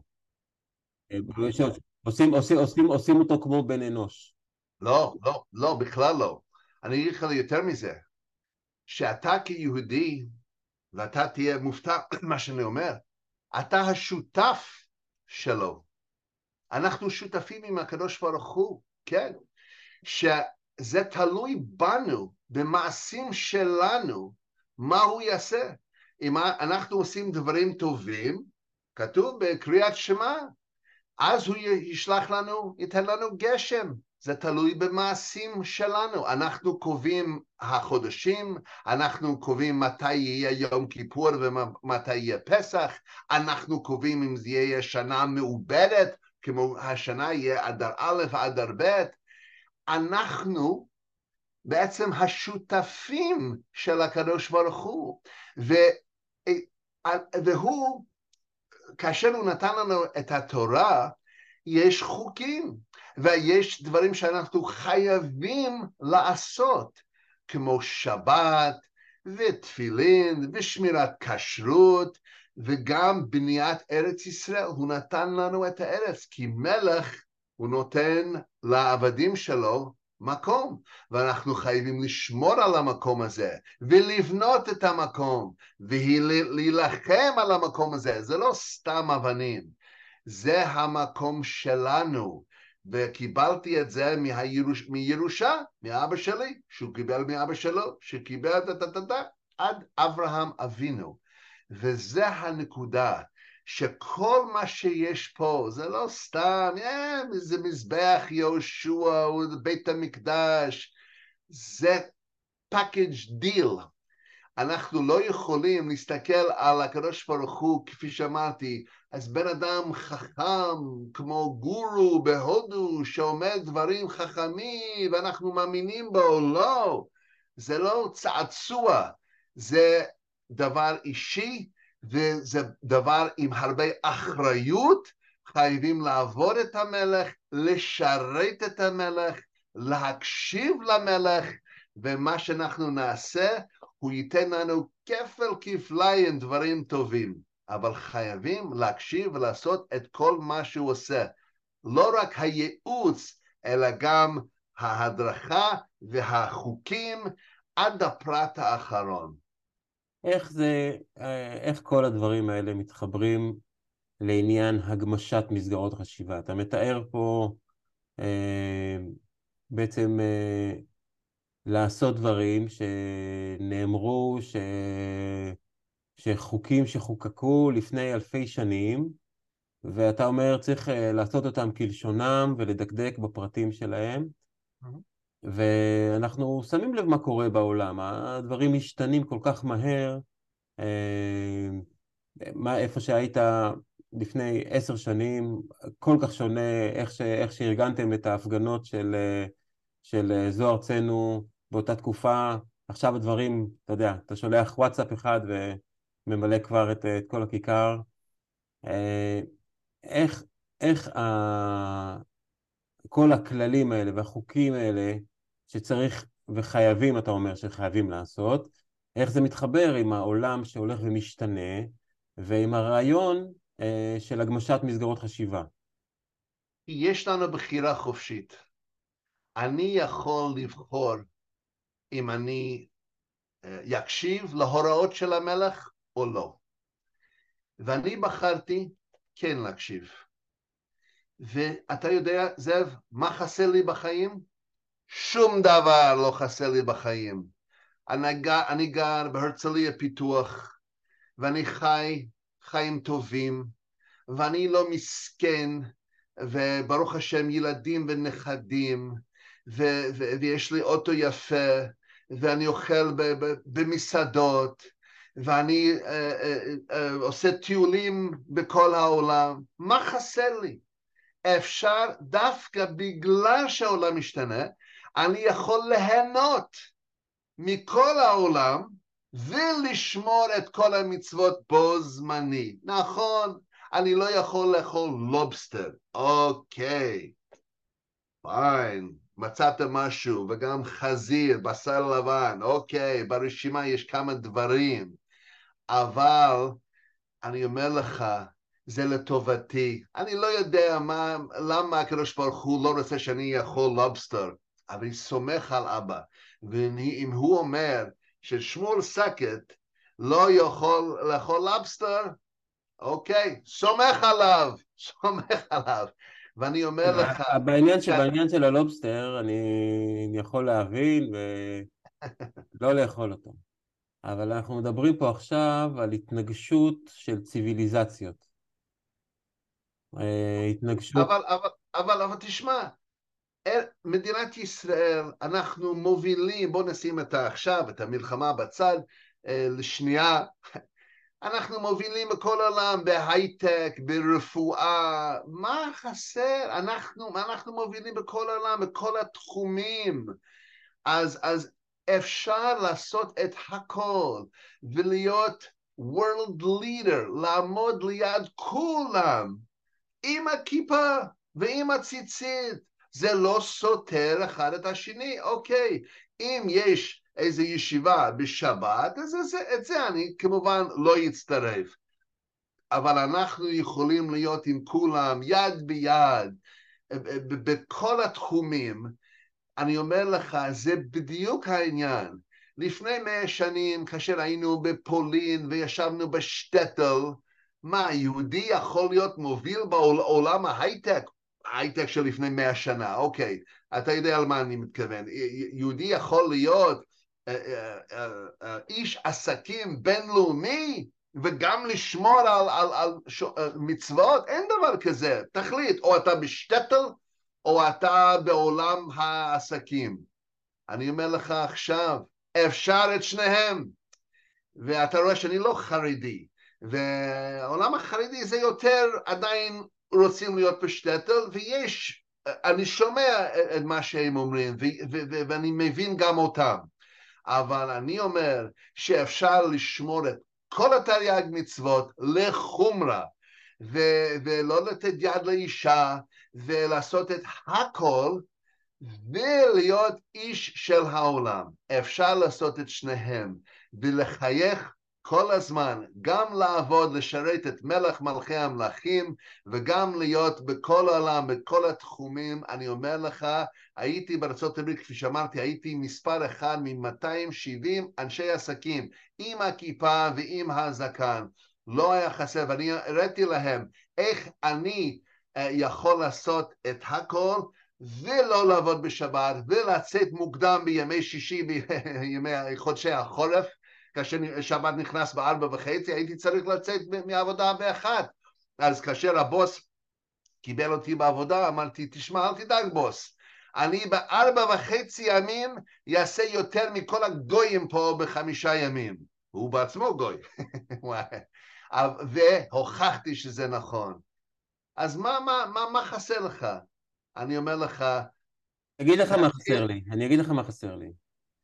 S2: עושים, עושים, עושים, עושים אותו כמו בן אנוש.
S1: לא, לא, לא, בכלל לא. אני אגיד לך יותר מזה, שאתה כיהודי, ואתה תהיה מופתע, מה שאני אומר, אתה השותף שלו. אנחנו שותפים עם הקדוש ברוך הוא, כן? שזה תלוי בנו, במעשים שלנו, מה הוא יעשה. אם אנחנו עושים דברים טובים, כתוב בקריאת שמע, אז הוא ישלח לנו, ייתן לנו גשם. זה תלוי במעשים שלנו. אנחנו קובעים החודשים, אנחנו קובעים מתי יהיה יום כיפור ומתי יהיה פסח, אנחנו קובעים אם זה יהיה שנה מעובדת, כמו השנה יהיה אדר א' אדר ב'. אנחנו בעצם השותפים של הקדוש ברוך הוא, והוא, כאשר הוא נתן לנו את התורה, יש חוקים, ויש דברים שאנחנו חייבים לעשות, כמו שבת, ותפילין, ושמירת כשרות, וגם בניית ארץ ישראל. הוא נתן לנו את הארץ, כי מלך הוא נותן לעבדים שלו מקום, ואנחנו חייבים לשמור על המקום הזה, ולבנות את המקום, ולהילחם על המקום הזה. זה לא סתם אבנים, זה המקום שלנו, וקיבלתי את זה מהירוש, מירושה, מאבא שלי, שהוא קיבל מאבא שלו, שקיבל את התתתה, עד אברהם אבינו. וזה הנקודה, שכל מה שיש פה, זה לא סתם, yeah, זה מזבח יהושע, בית המקדש, זה package deal. אנחנו לא יכולים להסתכל על הקדוש ברוך הוא, כפי שאמרתי, אז בן אדם חכם, כמו גורו בהודו, שאומר דברים חכמים, ואנחנו מאמינים בו. לא, זה לא צעצוע, זה דבר אישי, וזה דבר עם הרבה אחריות. חייבים לעבוד את המלך, לשרת את המלך, להקשיב למלך, ומה שאנחנו נעשה, הוא ייתן לנו כפל כפליים דברים טובים, אבל חייבים להקשיב ולעשות את כל מה שהוא עושה. לא רק הייעוץ, אלא גם ההדרכה והחוקים עד הפרט האחרון.
S2: איך זה, איך כל הדברים האלה מתחברים לעניין הגמשת מסגרות חשיבה? אתה מתאר פה אה, בעצם אה, לעשות דברים שנאמרו, ש... שחוקים שחוקקו לפני אלפי שנים, ואתה אומר צריך לעשות אותם כלשונם ולדקדק בפרטים שלהם, ואנחנו שמים לב מה קורה בעולם, הדברים משתנים כל כך מהר, מה, איפה שהיית לפני עשר שנים, כל כך שונה איך, ש... איך שארגנתם את ההפגנות של, של זו ארצנו באותה תקופה. עכשיו הדברים, אתה יודע, אתה שולח וואטסאפ אחד וממלא כבר את, את כל הכיכר. איך, איך ה... כל הכללים האלה והחוקים האלה שצריך וחייבים, אתה אומר שחייבים לעשות, איך זה מתחבר עם העולם שהולך ומשתנה, ועם הרעיון אה, של הגמשת מסגרות חשיבה?
S1: יש לנו בחירה חופשית. אני יכול לבחור אם אני יקשיב להוראות של המלך או לא. ואני בחרתי כן להקשיב. ואתה יודע, זאב, מה חסר לי בחיים? שום דבר לא חסר לי בחיים. אני גר, אני גר בהרצליה פיתוח, ואני חי חיים טובים, ואני לא מסכן, וברוך השם ילדים ונכדים, ו- ו- ויש לי אוטו יפה, ואני אוכל ב- ב- במסעדות, ואני uh, uh, uh, עושה טיולים בכל העולם. מה חסר לי? אפשר דווקא בגלל שהעולם משתנה, אני יכול ליהנות מכל העולם ולשמור את כל המצוות בו זמני. נכון, אני לא יכול לאכול לובסטר. אוקיי, פיין, מצאת משהו, וגם חזיר, בשר לבן. אוקיי, ברשימה יש כמה דברים, אבל אני אומר לך, זה לטובתי. אני לא יודע מה, למה הקדוש ברוך הוא לא רוצה שאני אכול לובסטר, אבל אני סומך על אבא. ואם הוא אומר ששמואל סקט לא יכול לאכול לובסטר, אוקיי, סומך עליו, סומך עליו. ואני אומר לך...
S2: בעניין שבעניין של הלובסטר, אני יכול להבין ולא לאכול אותו. אבל אנחנו מדברים פה עכשיו על התנגשות של ציוויליזציות. התנגשות...
S1: אבל, אבל, אבל, אבל תשמע, מדינת ישראל, אנחנו מובילים, בוא נשים את עכשיו, את המלחמה בצד, לשנייה, אנחנו מובילים בכל העולם, בהייטק, ברפואה, מה חסר? אנחנו, אנחנו מובילים בכל העולם, בכל התחומים, אז, אז אפשר לעשות את הכל, ולהיות world leader, לעמוד ליד כולם, עם הכיפה ועם הציצית, זה לא סותר אחד את השני. אוקיי, אם יש איזו ישיבה בשבת, אז זה, את זה אני כמובן לא אצטרף. אבל אנחנו יכולים להיות עם כולם יד ביד, בכל התחומים. אני אומר לך, זה בדיוק העניין. לפני מאה שנים, כאשר היינו בפולין וישבנו בשטטל, מה, יהודי יכול להיות מוביל בעולם ההייטק? ההייטק של לפני מאה שנה, אוקיי, אתה יודע על מה אני מתכוון. יהודי יכול להיות איש עסקים בינלאומי וגם לשמור על, על, על מצוות? אין דבר כזה. תחליט, או אתה בשטטל או אתה בעולם העסקים. אני אומר לך עכשיו, אפשר את שניהם. ואתה רואה שאני לא חרדי, והעולם החרדי זה יותר עדיין רוצים להיות בשטטל, ויש, אני שומע את מה שהם אומרים, ואני מבין גם אותם, אבל אני אומר שאפשר לשמור את כל התרי"ג מצוות לחומרה, ולא לתת יד לאישה, ולעשות את הכל, ולהיות איש של העולם. אפשר לעשות את שניהם, ולחייך כל הזמן, גם לעבוד, לשרת את מלך מלכי המלכים, וגם להיות בכל העולם, בכל התחומים. אני אומר לך, הייתי בארצות הברית, כפי שאמרתי, הייתי מספר אחד מ-מאתיים שבעים אנשי עסקים, עם הכיפה ועם הזקן. לא היה חסר, ואני הראיתי להם איך אני יכול לעשות את הכל, ולא לעבוד בשבת, ולצאת מוקדם בימי שישי, בימי חודשי החורף, כאשר שבת נכנס בארבע וחצי, הייתי צריך לצאת מעבודה באחת. אז כאשר הבוס קיבל אותי בעבודה, אמרתי, תשמע, אל תדאג בוס, אני בארבע וחצי ימים יעשה יותר מכל הגויים פה בחמישה ימים. הוא בעצמו גוי. והוכחתי שזה נכון. אז מה, מה, מה, מה חסר לך? אני אומר לך...
S2: אני אגיד לך מה חסר לי, אני אגיד לך מה חסר לי.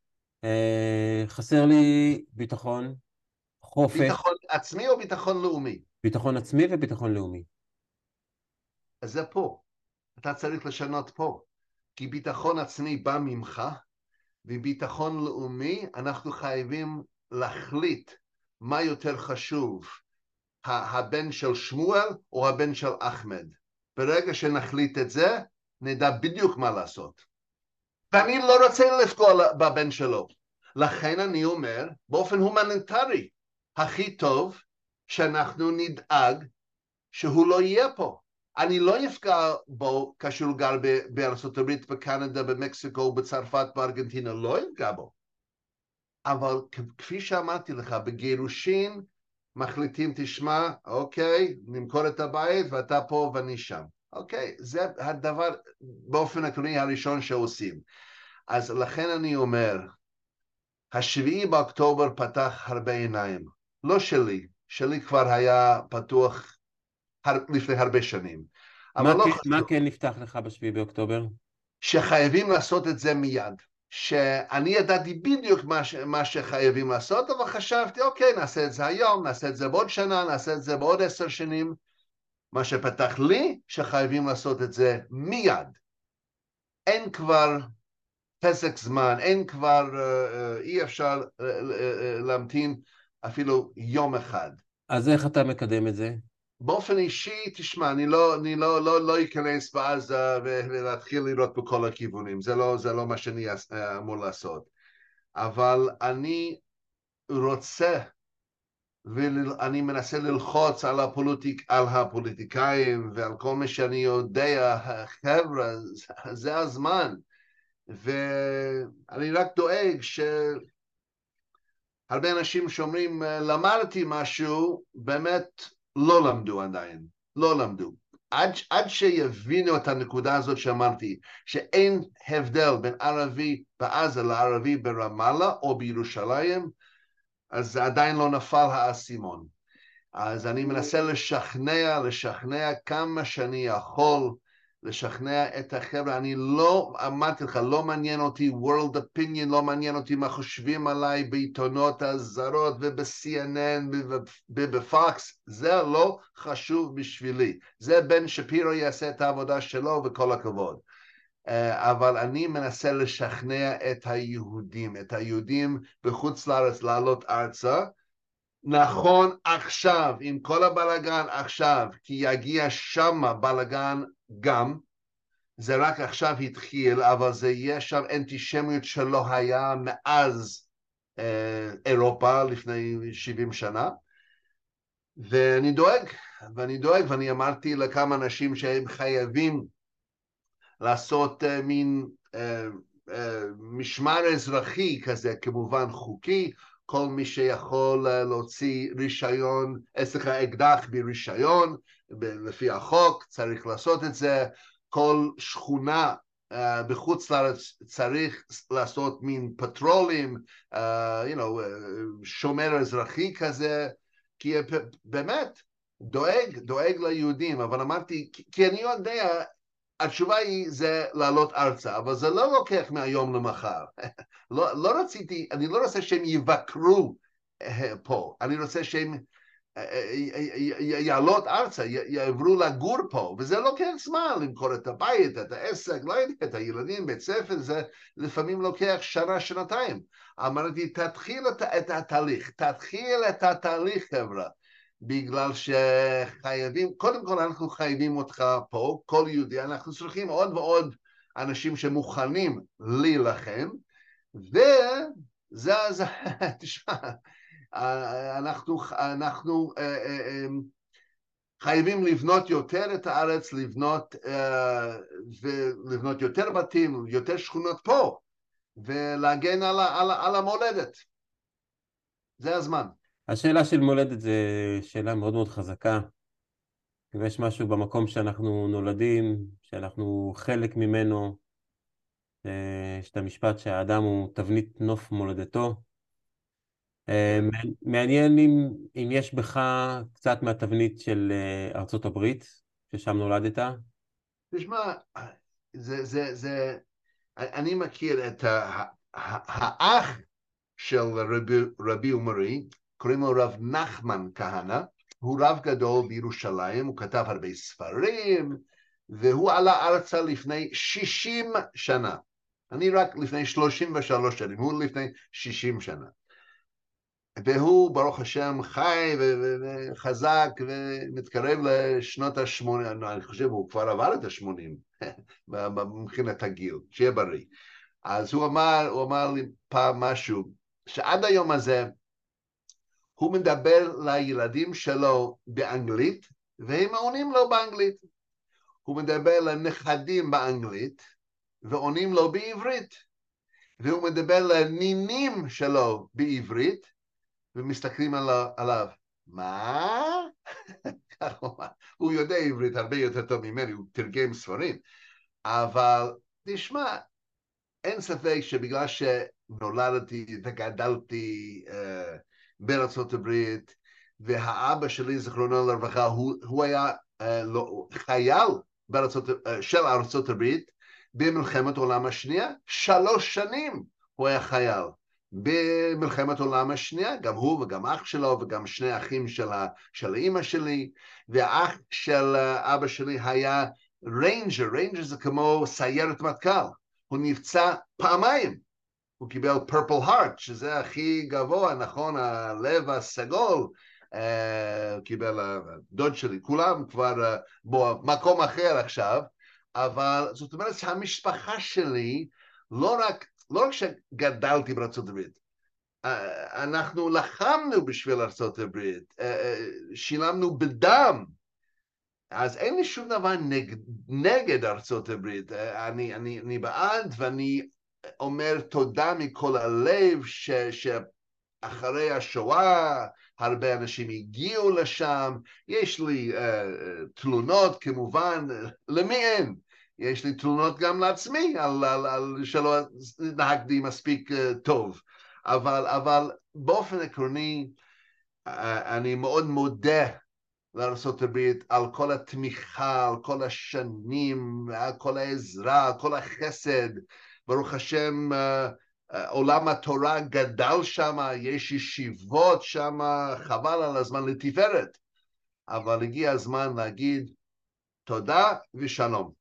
S2: חסר לי ביטחון, חופש.
S1: ביטחון עצמי או ביטחון לאומי?
S2: ביטחון עצמי וביטחון לאומי.
S1: אז זה פה. אתה צריך לשנות פה. כי ביטחון עצמי בא ממך, וביטחון לאומי אנחנו חייבים להחליט מה יותר חשוב, הבן של שמואל או הבן של אחמד. ברגע שנחליט את זה, נדע בדיוק מה לעשות. ואני לא רוצה לפגוע בבן שלו. לכן אני אומר, באופן הומניטרי, הכי טוב שאנחנו נדאג שהוא לא יהיה פה. אני לא אפגע בו כאשר הוא גר בארצות הברית, בקנדה, במקסיקו, בצרפת, בארגנטינה, לא אפגע בו. אבל כפי שאמרתי לך, בגירושין מחליטים, תשמע, אוקיי, נמכור את הבית ואתה פה ואני שם. אוקיי, זה הדבר באופן עקרוני הראשון שעושים. אז לכן אני אומר, השביעי באוקטובר פתח הרבה עיניים. לא שלי, שלי כבר היה פתוח הר... לפני הרבה שנים.
S2: מה,
S1: אבל לא
S2: כן,
S1: חשוב.
S2: מה כן נפתח לך בשביעי באוקטובר?
S1: שחייבים לעשות את זה מיד. שאני ידעתי בדיוק מה, ש, מה שחייבים לעשות, אבל חשבתי, אוקיי, נעשה את זה היום, נעשה את זה בעוד שנה, נעשה את זה בעוד עשר שנים. מה שפתח לי, שחייבים לעשות את זה מיד. אין כבר פסק זמן, אין כבר, אי אפשר להמתין אפילו יום אחד.
S2: אז איך אתה מקדם את זה?
S1: באופן אישי, תשמע, אני לא, אני לא, לא, לא אכנס בעזה ולהתחיל לראות בכל הכיוונים, זה לא, זה לא מה שאני אמור לעשות. אבל אני רוצה, ואני מנסה ללחוץ על, הפוליטיק, על הפוליטיקאים ועל כל מה שאני יודע, חבר'ה, זה הזמן. ואני רק דואג שהרבה אנשים שאומרים, למדתי משהו, באמת לא למדו עדיין, לא למדו. עד, עד שיבינו את הנקודה הזאת שאמרתי, שאין הבדל בין ערבי בעזה לערבי ברמאללה או בירושלים, אז עדיין לא נפל האסימון. אז אני מנסה לשכנע, לשכנע כמה שאני יכול, לשכנע את החבר'ה. אני לא, אמרתי לך, לא מעניין אותי world opinion, לא מעניין אותי מה חושבים עליי בעיתונות הזרות וב-סי אן אן ובפוקס, זה לא חשוב בשבילי. זה בן שפירו יעשה את העבודה שלו וכל הכבוד. אבל אני מנסה לשכנע את היהודים, את היהודים בחוץ לארץ לעלות ארצה, נכון עכשיו, עם כל הבלגן עכשיו, כי יגיע שמה בלגן גם, זה רק עכשיו התחיל, אבל זה יהיה שם אנטישמיות שלא היה מאז אה, אירופה לפני שבעים שנה, ואני דואג, ואני דואג, ואני אמרתי לכמה אנשים שהם חייבים לעשות uh, מין uh, uh, משמר אזרחי כזה, כמובן חוקי, כל מי שיכול uh, להוציא רישיון, סליחה, אקדח ברישיון, לפי החוק צריך לעשות את זה, כל שכונה uh, בחוץ לארץ צריך לעשות מין פטרולים, uh, you know, uh, שומר אזרחי כזה, כי באמת דואג, דואג ליהודים, אבל אמרתי, כי אני יודע, התשובה היא זה לעלות ארצה, אבל זה לא לוקח מהיום למחר. לא, לא רציתי, אני לא רוצה שהם יבקרו פה, אני רוצה שהם יעלות ארצה, יעברו לגור פה, וזה לוקח זמן, למכור את הבית, את העסק, לא יודע, את הילדים, בית ספר, זה לפעמים לוקח שנה, שנתיים. אמרתי, תתחיל את התהליך, תתחיל את התהליך, חבר'ה. בגלל שחייבים, קודם כל אנחנו חייבים אותך פה, כל יהודי, אנחנו צריכים עוד ועוד אנשים שמוכנים להילחם, וזה, זה, תשמע, אנחנו, אנחנו חייבים לבנות יותר את הארץ, לבנות, ולבנות יותר בתים, יותר שכונות פה, ולהגן על, על, על המולדת. זה הזמן.
S2: השאלה של מולדת זה שאלה מאוד מאוד חזקה. אם יש משהו במקום שאנחנו נולדים, שאנחנו חלק ממנו, יש את המשפט שהאדם הוא תבנית נוף מולדתו. מעניין אם, אם יש בך קצת מהתבנית של ארצות הברית, ששם נולדת.
S1: תשמע, זה, זה, זה, אני מכיר את האח של רבי, רבי ומרי, קוראים לו רב נחמן כהנא, הוא רב גדול בירושלים, הוא כתב הרבה ספרים, והוא עלה ארצה לפני שישים שנה. אני רק לפני שלושים ושלוש שנים, הוא לפני שישים שנה. והוא, ברוך השם, חי וחזק ומתקרב לשנות ה-שמונים, אני חושב, הוא כבר עבר את ה-שמונים, מבחינת הגיל, שיהיה בריא. אז הוא אמר, הוא אמר לי פעם משהו, שעד היום הזה, הוא מדבר לילדים שלו באנגלית, והם עונים לו באנגלית. הוא מדבר לנכדים באנגלית, ועונים לו בעברית. והוא מדבר לנינים שלו בעברית, ומסתכלים עליו. מה? הוא יודע עברית הרבה יותר טוב ממני, הוא תרגם ספרים. אבל תשמע, אין ספק שבגלל שנולדתי וגדלתי uh, בארצות הברית, והאבא שלי, זכרונו לברכה, הוא, הוא היה uh, לא, חייל בארצות, uh, של ארצות הברית, במלחמת העולם השנייה, שלוש שנים הוא היה חייל. במלחמת העולם השנייה, גם הוא וגם אח שלו וגם שני אחים של, ה, של האמא שלי, והאח של אבא שלי היה ריינג'ר, ריינג'ר זה כמו סיירת מטכ"ל, הוא נפצע פעמיים, הוא קיבל פרפל הארט, שזה הכי גבוה, נכון, הלב הסגול, uh, קיבל הדוד שלי, כולם כבר uh, במקום אחר עכשיו, אבל זאת אומרת שהמשפחה שלי, לא רק, לא רק שגדלתי בארצות הברית, uh, אנחנו לחמנו בשביל ארצות הברית, uh, uh, שילמנו בדם, אז אין לי שום דבר נגד, נגד ארצות הברית, אני, אני, אני בעד ואני אומר תודה מכל הלב ש, שאחרי השואה הרבה אנשים הגיעו לשם, יש לי uh, תלונות כמובן, למי אין? יש לי תלונות גם לעצמי על, על, על שלא נהגתי מספיק uh, טוב, אבל, אבל באופן עקרוני uh, אני מאוד מודה לארצות הברית על כל התמיכה, על כל השנים, על כל העזרה, על כל החסד. ברוך השם, עולם התורה גדל שם, יש ישיבות שם, חבל על הזמן לתפארת. אבל הגיע הזמן להגיד תודה ושלום.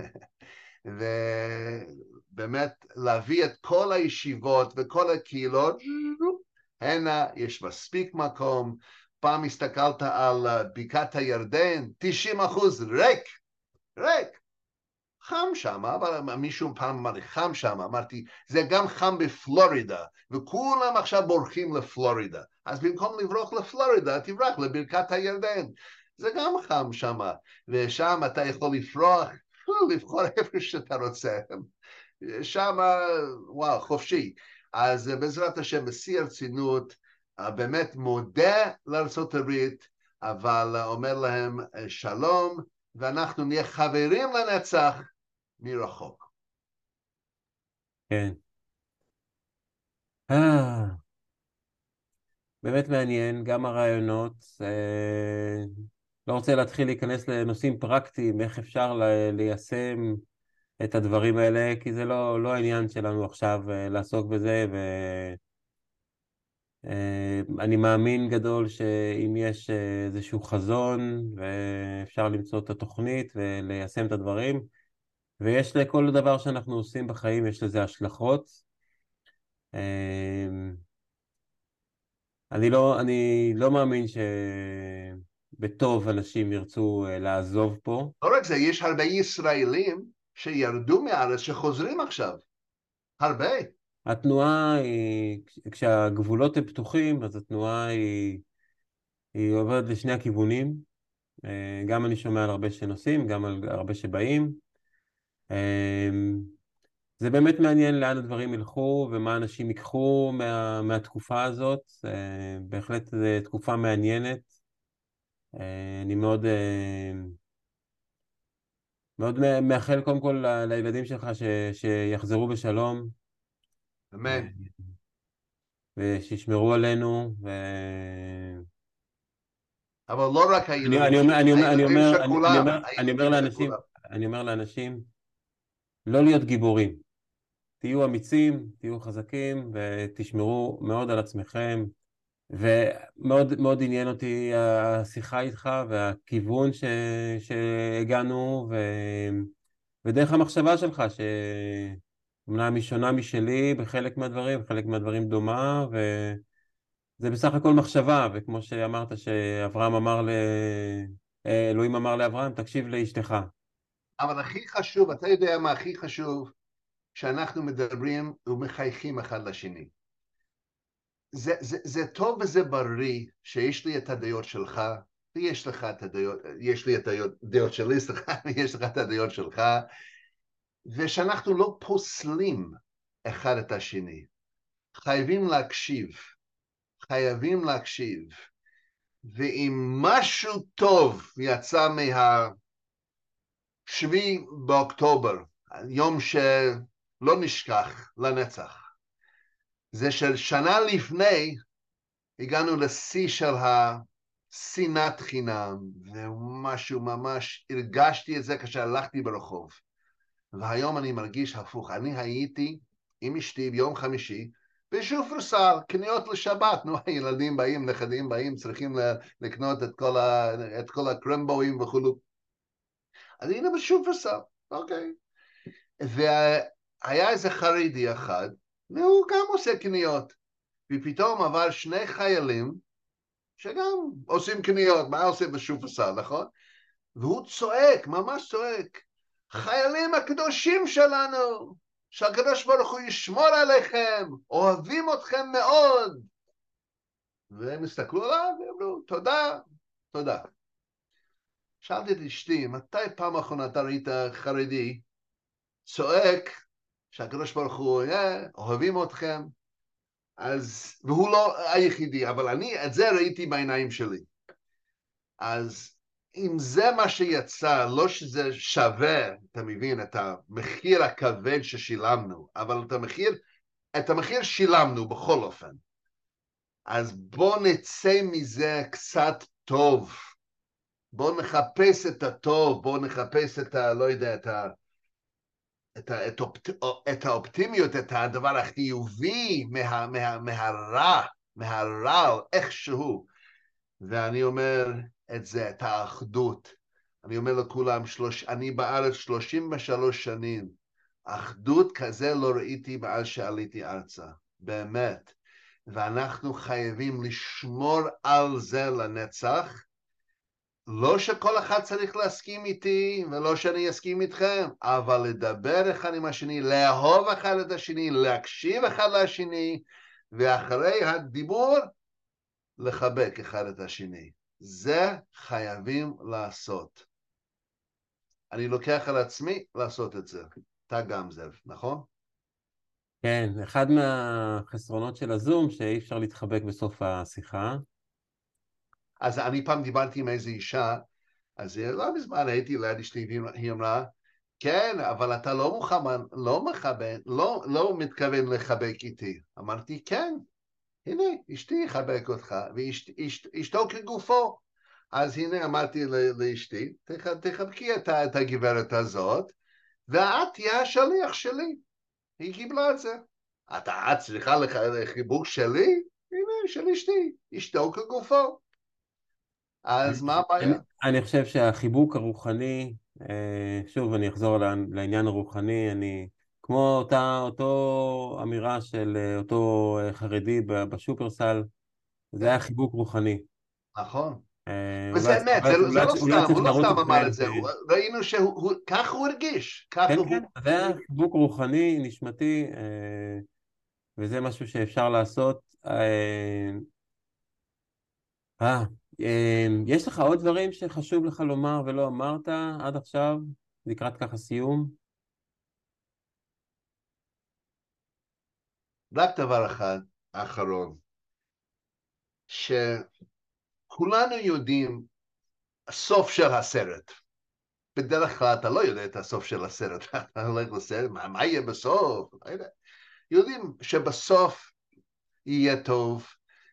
S1: ובאמת להביא את כל הישיבות וכל הקהילות, הנה יש מספיק מקום. פעם הסתכלת על בקעת הירדן, תשעים אחוז ריק, ריק, חם שם, אבל מישהו פעם אמר לי, חם שם, אמרתי, זה גם חם בפלורידה, וכולם עכשיו בורחים לפלורידה, אז במקום לברוח לפלורידה, תברח לבקעת הירדן, זה גם חם שם, ושם אתה יכול לפרוח, לבחור איפה שאתה רוצה, שם, וואו, חופשי. אז בעזרת השם, בשיא הרצינות, באמת מודה לארצות הברית, אבל אומר להם שלום, ואנחנו נהיה חברים לנצח מרחוק.
S2: כן. אה, באמת מעניין, גם הרעיונות. אה, לא רוצה להתחיל להיכנס לנושאים פרקטיים, איך אפשר ל- ליישם את הדברים האלה, כי זה לא, לא העניין שלנו עכשיו אה, לעסוק בזה, ו... אני מאמין גדול שאם יש איזשהו חזון ואפשר למצוא את התוכנית וליישם את הדברים, ויש לכל דבר שאנחנו עושים בחיים, יש לזה השלכות. אני לא, אני לא מאמין שבטוב אנשים ירצו לעזוב פה.
S1: לא רק זה, יש הרבה ישראלים שירדו מהארץ שחוזרים עכשיו. הרבה.
S2: התנועה היא, כשהגבולות הם פתוחים, אז התנועה היא, היא עוברת לשני הכיוונים. גם אני שומע על הרבה שנוסעים, גם על הרבה שבאים. זה באמת מעניין לאן הדברים ילכו ומה אנשים ייקחו מה, מהתקופה הזאת. בהחלט זו תקופה מעניינת. אני מאוד, מאוד מאחל קודם כל לילדים שלך ש, שיחזרו בשלום.
S1: אמן.
S2: ושישמרו עלינו. ו...
S1: אבל לא רק
S2: אני,
S1: הילדים
S2: אני אומר, אני אומר, אני
S1: הילדים
S2: אומר,
S1: של
S2: אני, אני
S1: כולם,
S2: אומר, אני אומר
S1: הילדים של
S2: לאנשים,
S1: כולם.
S2: אני אומר לאנשים, לא להיות גיבורים. תהיו אמיצים, תהיו חזקים ותשמרו מאוד על עצמכם. ומאוד מאוד עניין אותי השיחה איתך והכיוון ש, שהגענו ו, ודרך המחשבה שלך שאומנם היא שונה משלי בחלק מהדברים, בחלק מהדברים דומה, וזה בסך הכל מחשבה, וכמו שאמרת שאברהם אמר ל... אלוהים אמר לאברהם, תקשיב לאשתך.
S1: אבל הכי חשוב, אתה יודע מה הכי חשוב? שאנחנו מדברים ומחייכים אחד לשני. זה, זה, זה טוב וזה בריא שיש לי את הדעות שלך, ויש לך את הדעות, יש לי את הדעות שלי, סליחה, ויש לך את הדעות שלך, ושאנחנו לא פוסלים אחד את השני. חייבים להקשיב, חייבים להקשיב, ואם משהו טוב יצא מהשביעי באוקטובר, יום שלא נשכח לנצח, זה של שנה לפני הגענו לשיא של השנאת חינם, ומשהו ממש, הרגשתי את זה כשהלכתי ברחוב. והיום אני מרגיש הפוך. אני הייתי עם אשתי ביום חמישי, בשופרסל, קניות לשבת. נו, הילדים באים, נכדים באים, צריכים לקנות את כל, ה, את כל הקרמבואים וכולו. אז הנה בשופרסל, אוקיי. והיה איזה חרדי אחד, והוא גם עושה קניות. ופתאום עבר שני חיילים, שגם עושים קניות, מה עושה בשופרסל, נכון? והוא צועק, ממש צועק, חיילים הקדושים שלנו, שהקדוש ברוך הוא ישמור עליכם, אוהבים אתכם מאוד. והם הסתכלו עליו ואמרו, תודה, תודה. שאלתי את אשתי, מתי פעם אחרונה אתה ראית חרדי צועק שהקדוש ברוך הוא yeah, אוהבים אתכם? אז, והוא לא היחידי, אבל אני את זה ראיתי בעיניים שלי. אז אם זה מה שיצא, לא שזה שווה, אתה מבין, את המחיר הכבד ששילמנו, אבל את המחיר, את המחיר שילמנו בכל אופן. אז בוא נצא מזה קצת טוב. בוא נחפש את הטוב, בוא נחפש את ה... לא יודע, את ה... את, ה, את, האופט, את האופטימיות, את הדבר החיובי מה, מה, מהרע, מהרע, איכשהו. ואני אומר את זה, את האחדות. אני אומר לכולם, שלוש, אני בארץ שלושים ושלוש שנים, אחדות כזה לא ראיתי מאז שעליתי ארצה, באמת. ואנחנו חייבים לשמור על זה לנצח, לא שכל אחד צריך להסכים איתי, ולא שאני אסכים איתכם, אבל לדבר אחד עם השני, לאהוב אחד את השני, להקשיב אחד לשני, ואחרי הדיבור, לחבק אחד את השני. זה חייבים לעשות. אני לוקח על עצמי לעשות את זה. אתה גם זאב, נכון?
S2: כן, אחד מהחסרונות של הזום, שאי אפשר להתחבק בסוף השיחה.
S1: אז אני פעם דיברתי עם איזו אישה, אז לא מזמן הייתי ליד אשתי, והיא אמרה, כן, אבל אתה לא מוכוון, לא מכוון, לא, לא מתכוון לחבק איתי. אמרתי, כן, הנה, אשתי יחבק אותך, ואשתו כגופו. אז הנה אמרתי לאשתי, תחבקי את, את הגברת הזאת, ואת תהיה השליח שלי. היא קיבלה את זה. אתה צריכה לחיבוק שלי? הנה, של אשתי, אשתו כגופו. אז מה הבעיה?
S2: אני, אני חושב שהחיבוק הרוחני, שוב אני אחזור לעניין הרוחני, אני כמו אותה אותו אמירה של אותו חרדי בשופרסל, זה היה חיבוק רוחני.
S1: נכון.
S2: אולי,
S1: וזה אמת,
S2: אולי,
S1: זה, זה
S2: אולי,
S1: לא
S2: אולי
S1: סתם,
S2: צריך
S1: הוא לא
S2: לרוץ
S1: סתם אמר
S2: אחריהם.
S1: את זה, ראינו שככה הוא הרגיש, ככה
S2: כן,
S1: הוא...
S2: כן, זה היה חיבוק רוחני, נשמתי, וזה משהו שאפשר לעשות. אה, יש לך עוד דברים שחשוב לך לומר ולא אמרת עד עכשיו, לקראת ככה סיום?
S1: רק דבר אחד, האחרון, שכולנו יודעים הסוף של הסרט. בדרך כלל אתה לא יודע את הסוף של הסרט, אתה הולך לסרט, מה, מה יהיה בסוף? לא יודע. יודעים שבסוף יהיה טוב,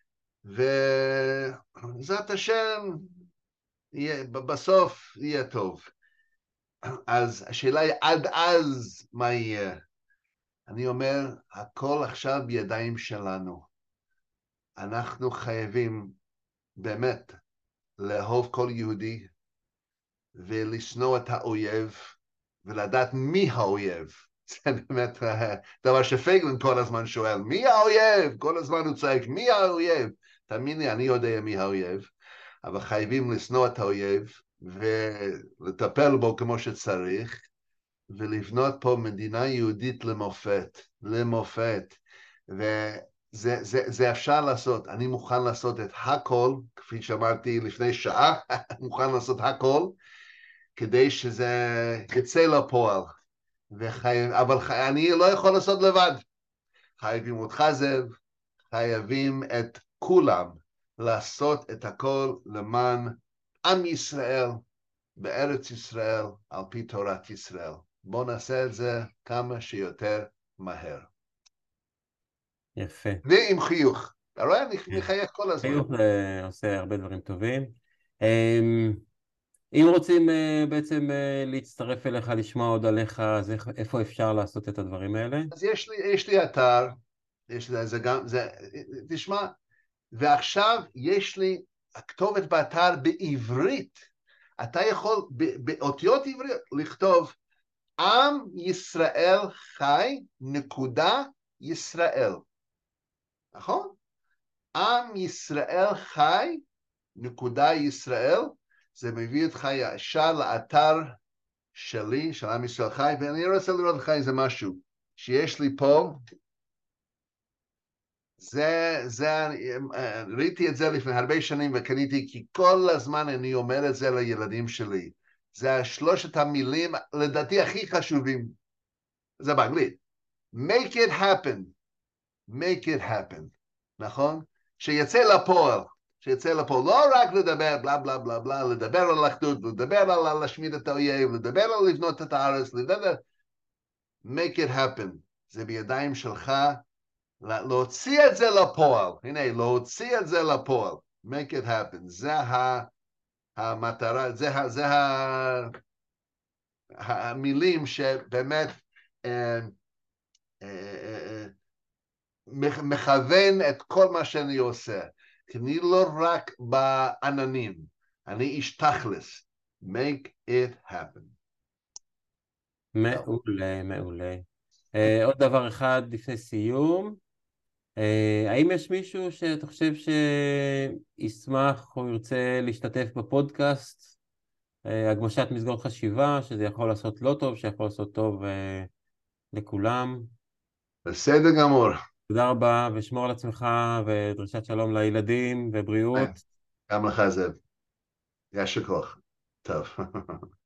S1: ובעזרת השם, יהיה, בסוף יהיה טוב. אז השאלה היא עד אז מה יהיה? אני אומר, הכל עכשיו בידיים שלנו. אנחנו חייבים באמת לאהוב כל יהודי ולשנוא את האויב ולדעת מי האויב. זה באמת דבר שפייגלין כל הזמן שואל, מי האויב? כל הזמן הוא צועק, מי האויב? תאמין לי, אני יודע מי האויב, אבל חייבים לשנוא את האויב ולטפל בו כמו שצריך, ולבנות פה מדינה יהודית למופת, למופת. וזה זה, זה אפשר לעשות. אני מוכן לעשות את הכל, כפי שאמרתי לפני שעה, מוכן לעשות הכל, כדי שזה יצא לפועל. וחי... אבל חי... אני לא יכול לעשות לבד. חייבים אותך זאב, חייבים את כולם לעשות את הכל למען עם ישראל, בארץ ישראל, על פי תורת ישראל. בואו נעשה את זה כמה שיותר מהר.
S2: יפה.
S1: ועם חיוך. אתה רואה? אני מחייך כל הזמן.
S2: חיוך עושה הרבה דברים טובים. אם רוצים אה, בעצם אה, להצטרף אליך, לשמוע עוד עליך, אז איך- איפה אפשר לעשות את הדברים האלה?
S1: אז יש לי, יש לי אתר, יש לי, זה גם, זה, תשמע, ועכשיו יש לי הכתובת באתר בעברית. אתה יכול ב- באותיות עבריות לכתוב עם ישראל חי נקודה ישראל, נכון? עם ישראל חי נקודה ישראל, זה מביא אותך ישר לאתר שלי, של עם ישראל חי, ואני רוצה לראות לך איזה משהו שיש לי פה. זה, זה, ראיתי את זה לפני הרבה שנים וקניתי, כי כל הזמן אני אומר את זה לילדים שלי. זה שלושת המילים, לדעתי, הכי חשובים. זה באנגלית. make it happen. make it happen. נכון? שיצא לפועל. שיצא לפועל. לא רק לדבר בלה בלה בלה בלה, לדבר על אחדות, לדבר על להשמיד את האויב, לדבר על לבנות את הארץ, לדבר... make it happen. זה בידיים שלך. להוציא את זה לפועל, הנה, להוציא את זה לפועל, make it happen, זה המטרה, זה, זה המילים שבאמת אה, אה, מכוון את כל מה שאני עושה, כי אני לא רק בעננים, אני איש תכלס, make it happen.
S2: מעולה, מעולה. אה, עוד דבר אחד לפני סיום. Uh, האם יש מישהו שאתה חושב שישמח או ירצה להשתתף בפודקאסט, uh, הגמשת מסגרות חשיבה, שזה יכול לעשות לא טוב, שיכול לעשות טוב uh, לכולם?
S1: בסדר גמור.
S2: תודה רבה, ושמור על עצמך, ודרישת שלום לילדים, ובריאות.
S1: גם לך זאב. יישר כוח. טוב.